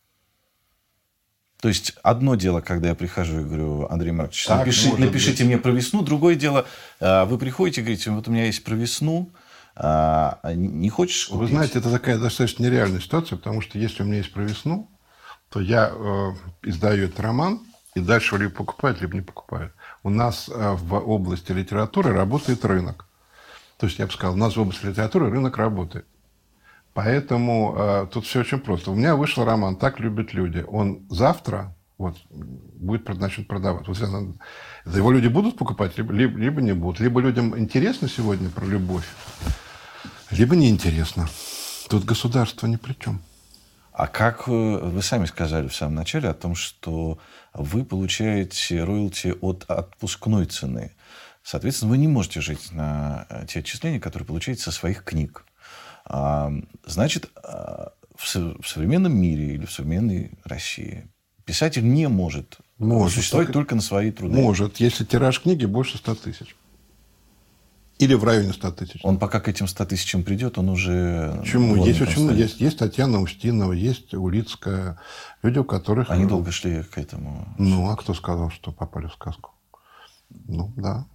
То есть, одно дело, когда я прихожу и говорю: Андрей Маркович, напишите мне про весну. Другое дело, вы приходите и говорите: вот у меня есть про весну, не хочешь купить? Вы знаете, это такая достаточно нереальная ситуация, потому что если у меня есть про весну, то я издаю этот роман, и дальше либо покупают, либо не покупают. У нас в области литературы работает рынок. То есть, я бы сказал, у нас в области литературы рынок работает. Поэтому тут все очень просто. У меня вышел роман «Так любят люди». Он завтра будет начнет продавать. Его люди будут покупать, либо не будут. Либо людям интересно сегодня про любовь, либо неинтересно. Тут государство ни при чем. А как вы сами сказали в самом начале о том, что вы получаете роялти от отпускной цены. Соответственно, вы не можете жить на те отчисления, которые получаете со своих книг. Значит, в современном мире или в современной России писатель не может существовать только на свои труды. Может, если тираж книги больше 100 тысяч. Или в районе 100 тысяч. Он пока к этим 100 тысячам придет, он уже... Почему? Есть Татьяна Устинова, есть Улицкая. Люди, у которых... Они долго шли к этому. А кто сказал, что попали в сказку? Да.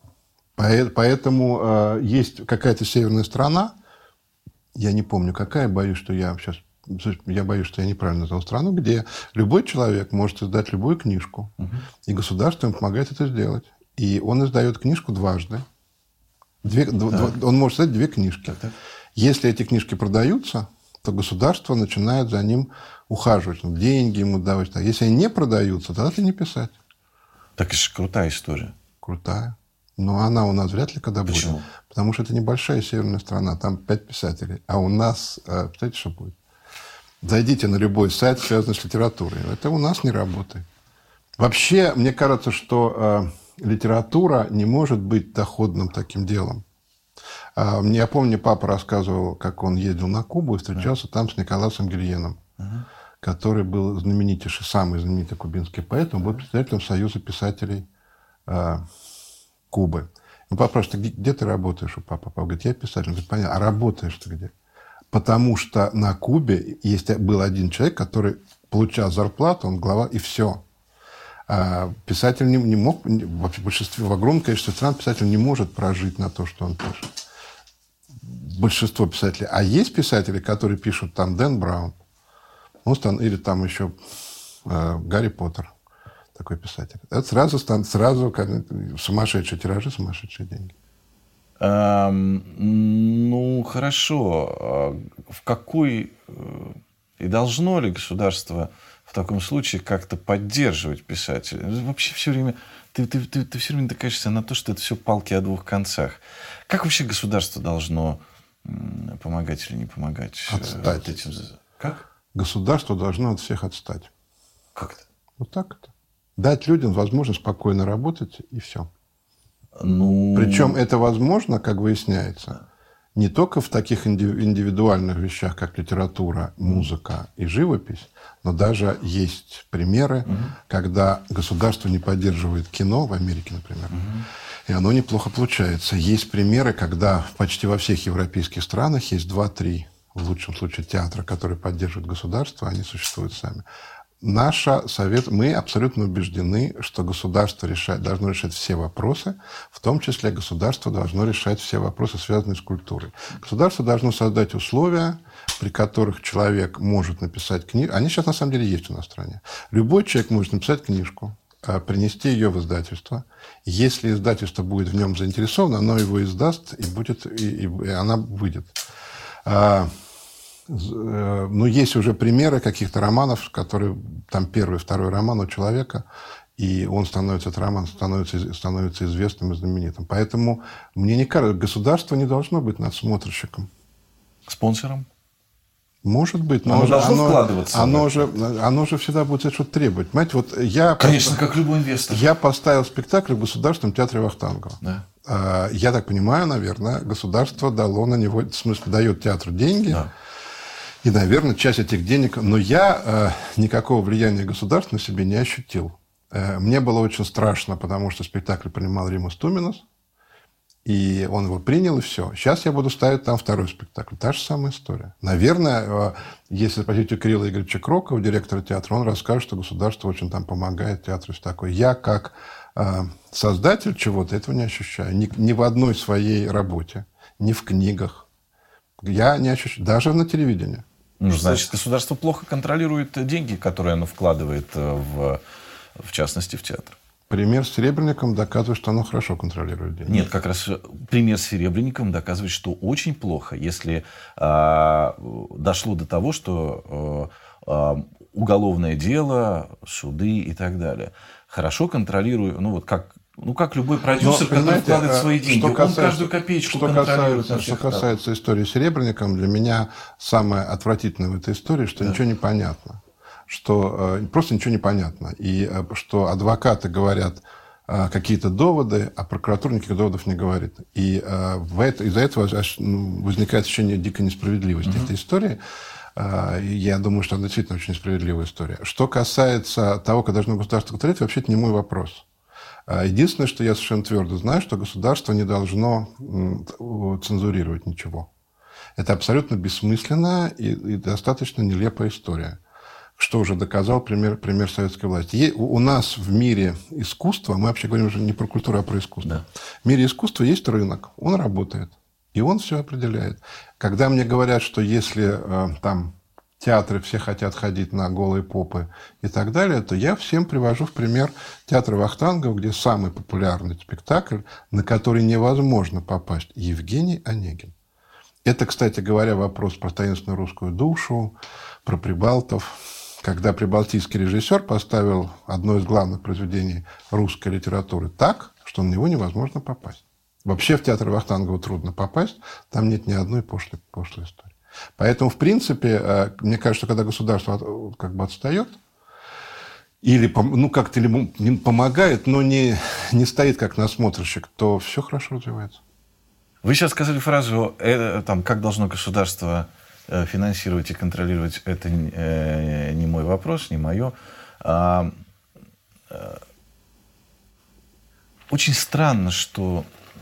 Поэтому есть какая-то северная страна, я не помню какая, боюсь, что я неправильно назвал страну, где любой человек может издать любую книжку, и государство им помогает это сделать. И он издает книжку дважды. Он может издать 2 книжки. Так. Если эти книжки продаются, то государство начинает за ним ухаживать. Деньги ему давать. Если они не продаются, тогда это не писать. Так это же крутая история. Крутая. Но она у нас вряд ли когда будет. Почему? Потому что это небольшая северная страна. Там 5 писателей. А у нас, представляете, что будет? Зайдите на любой сайт, связанный с литературой. Это у нас не работает. Вообще, мне кажется, что литература не может быть доходным таким делом. Я помню, папа рассказывал, как он ездил на Кубу и встречался там с Николасом Гильеном, который был самый знаменитый кубинский поэт. Он был председателем Союза писателей Кубы. Папа спрашивает: где ты работаешь у папы? Папа говорит: я писатель. Он говорит: понятно. А работаешь ты где? Потому что на Кубе был один человек, который получал зарплату, он глава, и все. Писатель не мог, в огромном количестве стран писатель не может прожить на то, что он пишет. Большинство писателей. А есть писатели, которые пишут там Дэн Браун, или там еще Гарри Поттер, такой писатель. Это сразу сумасшедшие тиражи, сумасшедшие деньги. Хорошо. В какой и должно ли государство в таком случае как-то поддерживать писателя? Вообще все время ты все время натыкаешься на то, что это все палки о 2 концах. Как вообще государство должно помогать или не помогать? Отстать. Этим? Как? Государство должно от всех отстать. Как это? Вот так это. Дать людям возможность спокойно работать, и все. Причем это возможно, как выясняется, не только в таких индивидуальных вещах, как литература, музыка и живопись, но даже есть примеры, когда государство не поддерживает кино, в Америке, например, и оно неплохо получается. Есть примеры, когда почти во всех европейских странах есть 2-3, в лучшем случае, театра, которые поддерживают государство, они существуют сами. Мы абсолютно убеждены, что государство должно решать все вопросы, в том числе государство должно решать все вопросы, связанные с культурой. Государство должно создать условия, при которых человек может написать книгу. Они сейчас на самом деле есть у нас в стране. Любой человек может написать книжку, принести ее в издательство. Если издательство будет в нем заинтересовано, оно его издаст, и она выйдет. Но есть уже примеры каких-то романов, которые там 1-й, 2-й роман у человека, и этот роман становится известным и знаменитым. Поэтому мне не кажется, государство не должно быть надсмотрщиком. Спонсором? Может быть, но оно должно вкладываться. Оно же всегда будет что-то требовать. Понимаете, Конечно, как любой инвестор. Я поставил спектакль в Государственном театре Вахтангова. Да. Я так понимаю, наверное, государство дало на него, в смысле, дает театру деньги. Да. И, наверное, часть этих денег... Но я никакого влияния государства на себе не ощутил. Мне было очень страшно, потому что спектакль принимал Римус Туминус. И он его принял, и все. Сейчас я буду ставить там второй спектакль. Та же самая история. Наверное, если спросить у Кирилла Игоревича Крокова, директора театра, он расскажет, что государство очень там помогает театру. Все такое. Я, как создатель чего-то, этого не ощущаю. Ни в одной своей работе, ни в книгах. Я не ощущаю. Даже на телевидении. Ну, значит, государство плохо контролирует деньги, которые оно вкладывает, в частности, в театр. Пример с Серебренником доказывает, что оно хорошо контролирует деньги. Нет, как раз пример с Серебренником доказывает, что очень плохо, если дошло до того, что уголовное дело, суды и так далее. Хорошо контролирует, как любой продюсер, который вкладывает свои деньги, он каждую копеечку контролирует. Что касается истории с Серебренником, для меня самое отвратительное в этой истории, что ничего не понятно. Что просто ничего не понятно. И что адвокаты говорят какие-то доводы, а прокуратура никаких доводов не говорит. И из-за этого возникает ощущение дикой несправедливости этой истории. Я думаю, что это действительно очень несправедливая история. Что касается того, как должно государство контролировать, вообще это не мой вопрос. Единственное, что я совершенно твердо знаю, что государство не должно цензурировать ничего. Это абсолютно бессмысленная и достаточно нелепая история. Что уже доказал пример советской власти. У нас в мире искусства, мы вообще говорим уже не про культуру, а про искусство. Да. В мире искусства есть рынок, он работает, и он все определяет. Когда мне говорят, что если там театры все хотят ходить на голые попы и так далее, то я всем привожу в пример театр Вахтангова, где самый популярный спектакль, на который невозможно попасть, Евгений Онегин. Это, кстати говоря, вопрос про таинственную русскую душу, про прибалтов. Когда прибалтийский режиссер поставил одно из главных произведений русской литературы так, что на него невозможно попасть. Вообще в театр Вахтангова трудно попасть, там нет ни одной пошлой истории. Поэтому, в принципе, мне кажется, что когда государство как бы отстает, или как-то не помогает, но не стоит как насмотрщик, то все хорошо развивается. Вы сейчас сказали фразу, как должно государство финансировать и контролировать, это не мой вопрос, не мое. Очень странно, что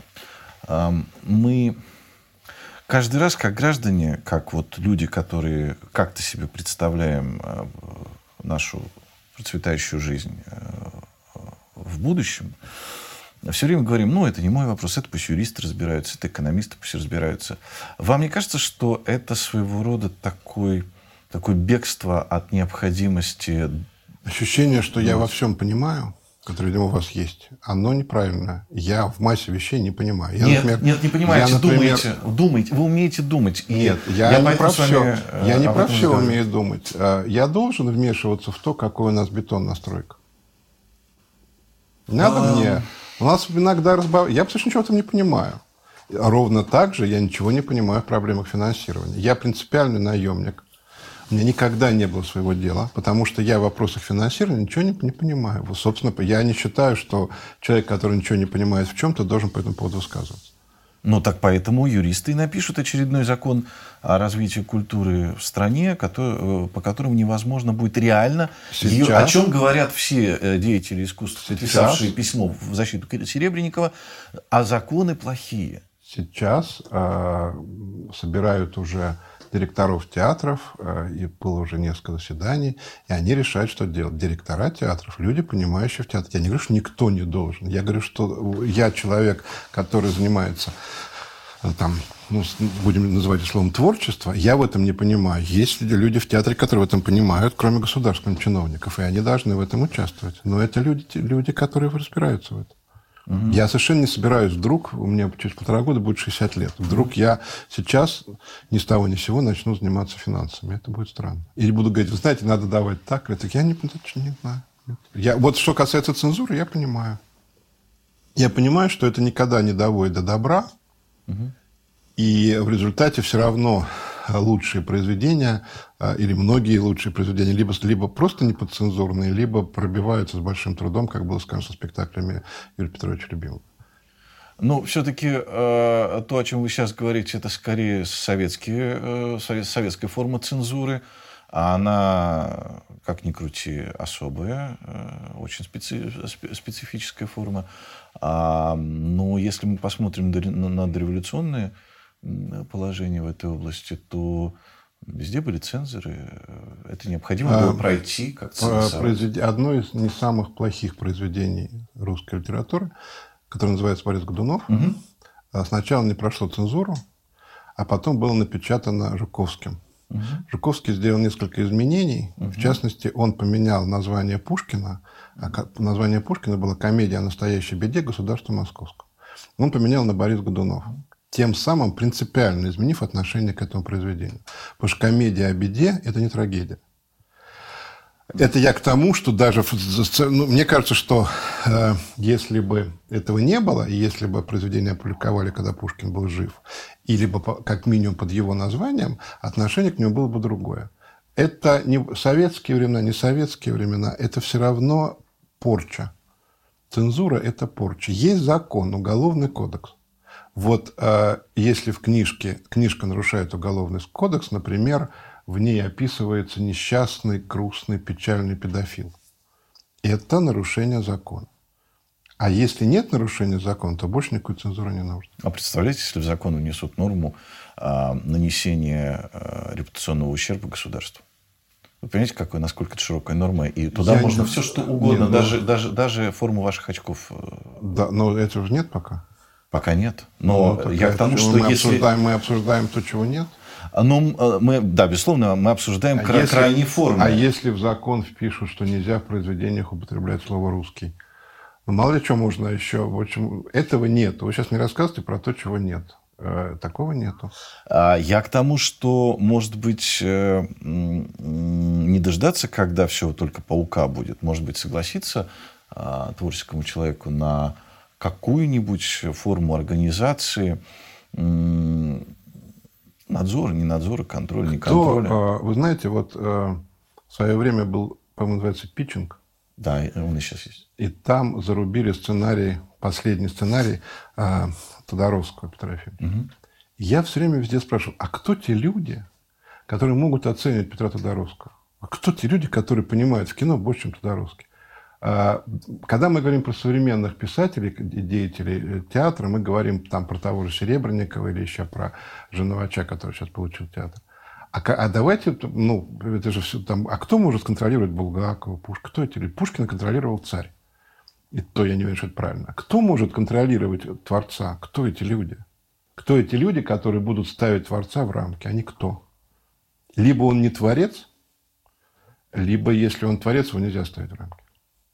мы каждый раз, как граждане, как вот люди, которые как-то себе представляем нашу процветающую жизнь в будущем, все время говорим, это не мой вопрос, это пусть юристы разбираются, это экономисты пусть разбираются. Вам не кажется, что это своего рода такое бегство от необходимости? Ощущение, что я во всем понимаю, которое, видимо, у вас есть, оно неправильное. Я в массе вещей не понимаю. Нет, не понимаете, думаете. Вы умеете думать. Нет, я не про все. Я не про все умею думать. Я должен вмешиваться в то, какой у нас бетон-настройка. Надо мне... У нас иногда я, потому что ничего там не понимаю. Ровно так же я ничего не понимаю в проблемах финансирования. Я принципиальный наемник. У меня никогда не было своего дела, потому что я в вопросах финансирования ничего не понимаю. Собственно, я не считаю, что человек, который ничего не понимает в чем-то, должен по этому поводу высказываться. Так поэтому юристы и напишут очередной закон о развитии культуры в стране, по которому невозможно будет реально... О чем говорят все деятели искусства, писавшие письмо в защиту Серебренникова, а законы плохие. Сейчас собирают уже директоров театров, и было уже несколько заседаний, и они решают, что делать. Директора театров, люди, понимающие в театре. Я не говорю, что никто не должен. Я говорю, что я человек, который занимается, будем называть это словом, творчество, я в этом не понимаю. Есть люди в театре, которые в этом понимают, кроме государственных чиновников, и они должны в этом участвовать. Но это люди, которые разбираются в этом. Я совершенно не собираюсь вдруг, у меня через 1,5 года будет 60 лет, вдруг я сейчас ни с того ни с сего начну заниматься финансами. Это будет странно. Или буду говорить, вы знаете, надо давать так. Я не знаю. Вот что касается цензуры, я понимаю. Я понимаю, что это никогда не доводит до добра, и в результате все равно лучшие произведения или многие лучшие произведения либо просто неподцензурные, либо пробиваются с большим трудом, как было сказано со спектаклями Юрия Петровича Любимого. Ну, все-таки то, о чем вы сейчас говорите, это скорее советская форма цензуры. А она, как ни крути, особая, очень специфическая форма. Но если мы посмотрим на дореволюционные положения в этой области, то везде были цензоры. Это необходимо было пройти как цензор. Одно из не самых плохих произведений русской литературы, которое называется «Борис Годунов», сначала не прошло цензуру, а потом было напечатано Жуковским. Жуковский сделал несколько изменений. В частности, он поменял название Пушкина. Название Пушкина было «Комедия о настоящей беде государства московского». Он поменял на «Борис Годунов». Тем самым принципиально изменив отношение к этому произведению. Потому что комедия о беде – это не трагедия. Это я к тому, что даже... мне кажется, что если бы этого не было, и если бы произведение опубликовали, когда Пушкин был жив, или бы как минимум под его названием, отношение к нему было бы другое. Это не советские времена, не советские времена. Это все равно порча. Цензура – это порча. Есть закон, уголовный кодекс. Вот если в книжка нарушает уголовный кодекс, например, в ней описывается несчастный, грустный, печальный педофил. Это нарушение закона. А если нет нарушения закона, то больше никакой цензуры не нужно. А представляете, если в закон внесут норму нанесения репутационного ущерба государству? Вы понимаете, насколько это широкая норма? И туда можно все, что угодно, даже форму ваших очков. Да, но этого же нет пока. Пока нет. Но я к тому, что мы обсуждаем то, чего нет. Да, безусловно, мы обсуждаем крайние формы. А если в закон впишут, что нельзя в произведениях употреблять слово «русский»? Ну, мало ли что можно еще. В общем, этого нет. Вы сейчас мне рассказываете про то, чего нет. Такого нету. Я к тому, что, может быть, не дождаться, когда все только по УК будет. Может быть, согласиться творческому человеку на какую-нибудь форму организации, надзора, не надзора, контроля, не контроля. Вы знаете, вот в свое время был, по-моему, называется «Питчинг». Да, он и сейчас есть. И там зарубили последний сценарий Тодоровского Петра Ефимовича. Я все время везде спрашивал, а кто те люди, которые могут оценивать Петра Тодоровского? А кто те люди, которые понимают в кино больше, чем Тодоровский? Когда мы говорим про современных писателей и деятелей театра, мы говорим там про того же Серебренникова или еще про Женовача, который сейчас получил театр. А давайте, это же все там... А кто может контролировать Булгакова, Пушкина? Кто эти люди? Пушкина контролировал царь. И то я не уверен, что это правильно. А кто может контролировать Творца? Кто эти люди? Кто эти люди, которые будут ставить Творца в рамки? Они кто? Либо он не Творец, либо, если он Творец, его нельзя ставить в рамки.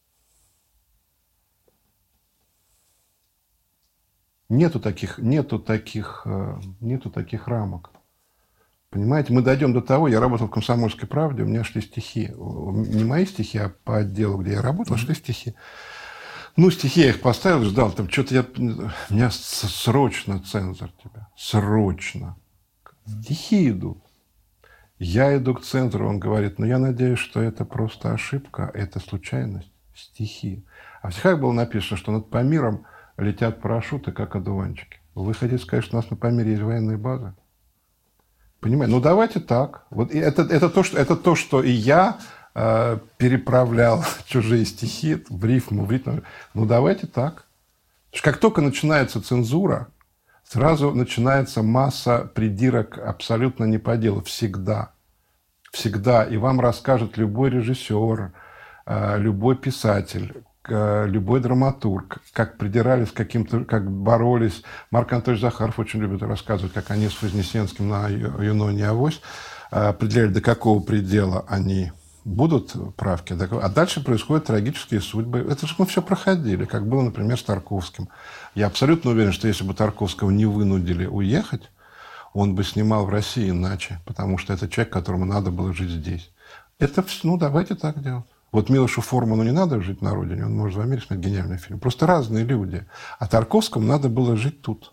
Нету таких рамок. Понимаете, мы дойдем до того, я работал в «Комсомольской правде», у меня шли стихи. Не мои стихи, а по отделу, где я работал, шли стихи. Стихи я их поставил, ждал. Там что-то меня срочно цензор тебя. Срочно. Стихи идут. Я иду к цензору, он говорит, я надеюсь, что это просто ошибка, это случайность. Стихи. А в стихах было написано, что над Памиром летят парашюты, как одуванчики. Вы хотите сказать, что у нас на Памире есть военные базы? Понимаете? Давайте так. Вот это то, что и я переправлял чужие стихи в рифму. Давайте так. Как только начинается цензура, сразу начинается масса придирок абсолютно не по делу. Всегда. Всегда. И вам расскажет любой режиссер, любой писатель, любой драматург, как придирались к каким-то, как боролись. Марк Анатольевич Захаров очень любит рассказывать, как они с Вознесенским на «Юноне Авось» определяли, до какого предела они будут правки. А дальше происходят трагические судьбы. Это же мы все проходили, как было, например, с Тарковским. Я абсолютно уверен, что если бы Тарковского не вынудили уехать, он бы снимал в России иначе, потому что это человек, которому надо было жить здесь. Это, давайте так делать. Вот Милошу Форману не надо жить на родине, он может в Америке снять гениальный фильм. Просто разные люди. А Тарковскому надо было жить тут.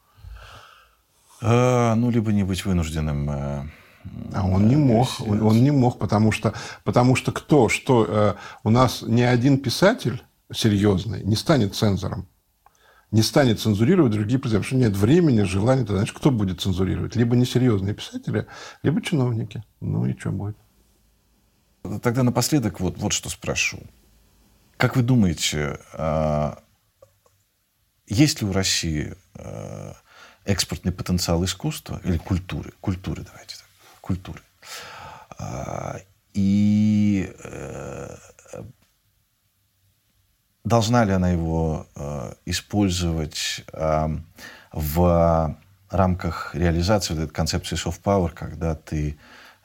Либо не быть вынужденным. Он не мог. Он не мог, потому что у нас ни один писатель серьезный не станет цензором. не станет цензурировать другие произведения, потому что нет времени, желания. Тогда, значит, кто будет цензурировать? Либо несерьезные писатели, либо чиновники. Ну и что будет? Тогда напоследок вот что спрошу. Как вы думаете, есть ли у России экспортный потенциал искусства или культуры? Культуры, давайте так. Культуры. И должна ли она его использовать в рамках реализации вот этой концепции soft power, когда ты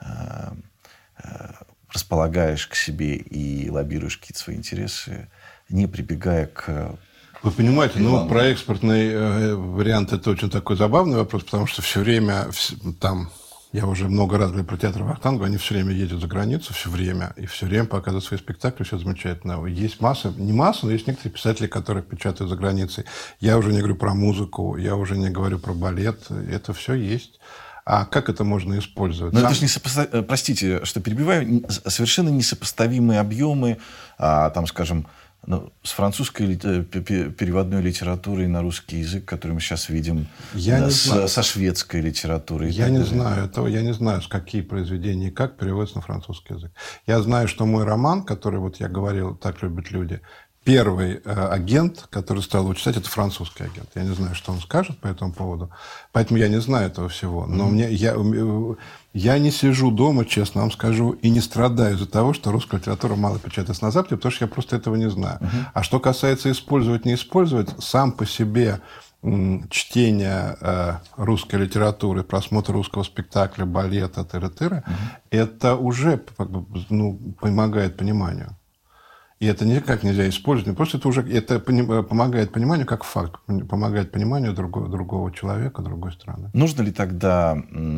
располагаешь к себе и лоббируешь какие-то свои интересы, не прибегая к... Вы понимаете, про экспортный вариант это очень такой забавный вопрос, потому что все время там... Я уже много раз говорил про театр Вахтангова, они все время ездят за границу, все время, и все время показывают свои спектакли, все замечательно. Есть масса, не масса, но есть некоторые писатели, которых печатают за границей. Я уже не говорю про музыку, я уже не говорю про балет, это все есть. А как это можно использовать? Но это же простите, что перебиваю, совершенно несопоставимые объемы, там, скажем, с французской переводной литературой на русский язык, которую мы сейчас видим, со шведской литературой. Я не знаю этого, я не знаю, с какие произведения и как переводятся на французский язык. Я знаю, что мой роман, который, вот я говорил, «Так любят люди», первый агент, который стал его читать, это французский агент. Я не знаю, что он скажет по этому поводу. Поэтому я не знаю этого всего. Но я не сижу дома, честно вам скажу, и не страдаю из-за того, что русская литература мало печатается на Западе, потому что я просто этого не знаю. А что касается использовать, не использовать, сам по себе чтение русской литературы, просмотр русского спектакля, балета, тыры-тыры, это уже помогает пониманию. И это никак нельзя использовать. Просто это помогает пониманию как факт, помогает пониманию другого человека, другой страны. Нужно ли тогда...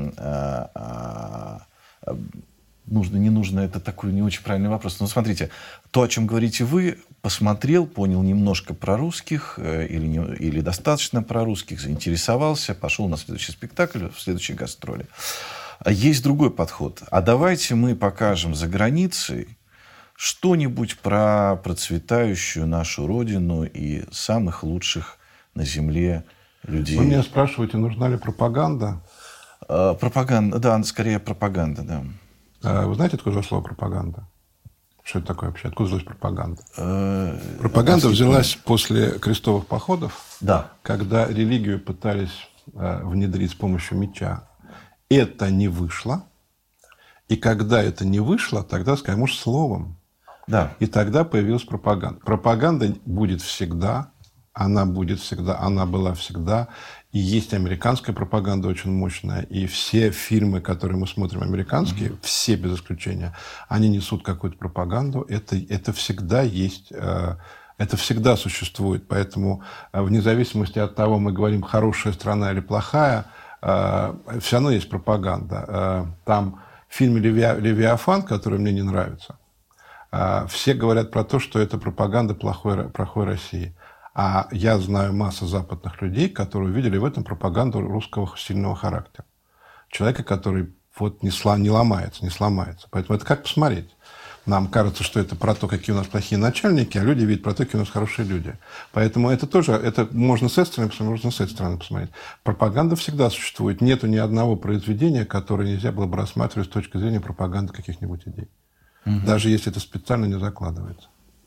Нужно, не нужно, это такой не очень правильный вопрос. Но смотрите, то, о чем говорите вы, посмотрел, понял немножко про русских или достаточно про русских, заинтересовался, пошел на следующий спектакль, в следующей гастроли. Есть другой подход. А давайте мы покажем за границей что-нибудь про процветающую нашу родину и самых лучших на земле людей. Вы меня спрашиваете, нужна ли пропаганда? Пропаганда, да, скорее пропаганда, да. Вы знаете, откуда взялось слово пропаганда? Что это такое вообще? Откуда взялась пропаганда? Пропаганда взялась после крестовых походов, да. Когда религию пытались внедрить с помощью меча. Это не вышло. И когда это не вышло, тогда, скажем, уж словом. Да. И тогда появилась пропаганда. Пропаганда будет всегда, она была всегда. И есть американская пропаганда очень мощная. И все фильмы, которые мы смотрим американские, все без исключения, они несут какую-то пропаганду. Это всегда есть, это всегда существует. Поэтому вне зависимости от того, мы говорим, хорошая страна или плохая, все равно есть пропаганда. Там в фильме «Левиафан», который мне не нравится, все говорят про то, что это пропаганда плохой России. А я знаю массу западных людей, которые увидели в этом пропаганду русского сильного характера. Человека, который не сломается. Поэтому это как посмотреть. Нам кажется, что это про то, какие у нас плохие начальники, а люди видят про то, какие у нас хорошие люди. Поэтому это тоже, это можно с этой стороны посмотреть, можно с этой стороны посмотреть. Пропаганда всегда существует. Нету ни одного произведения, которое нельзя было бы рассматривать с точки зрения пропаганды каких-нибудь идей. Даже если это специально не закладывается.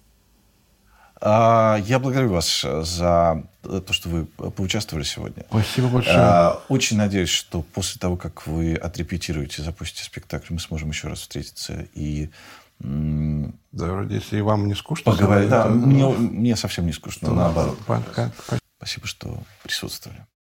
Я благодарю вас за то, что вы поучаствовали сегодня. Спасибо большое. Очень надеюсь, что после того, как вы отрепетируете, запустите спектакль, мы сможем еще раз встретиться и... Да, вроде, если и вам не скучно... Поговорить. Да, мне совсем не скучно, наоборот. Пока. Спасибо, что присутствовали.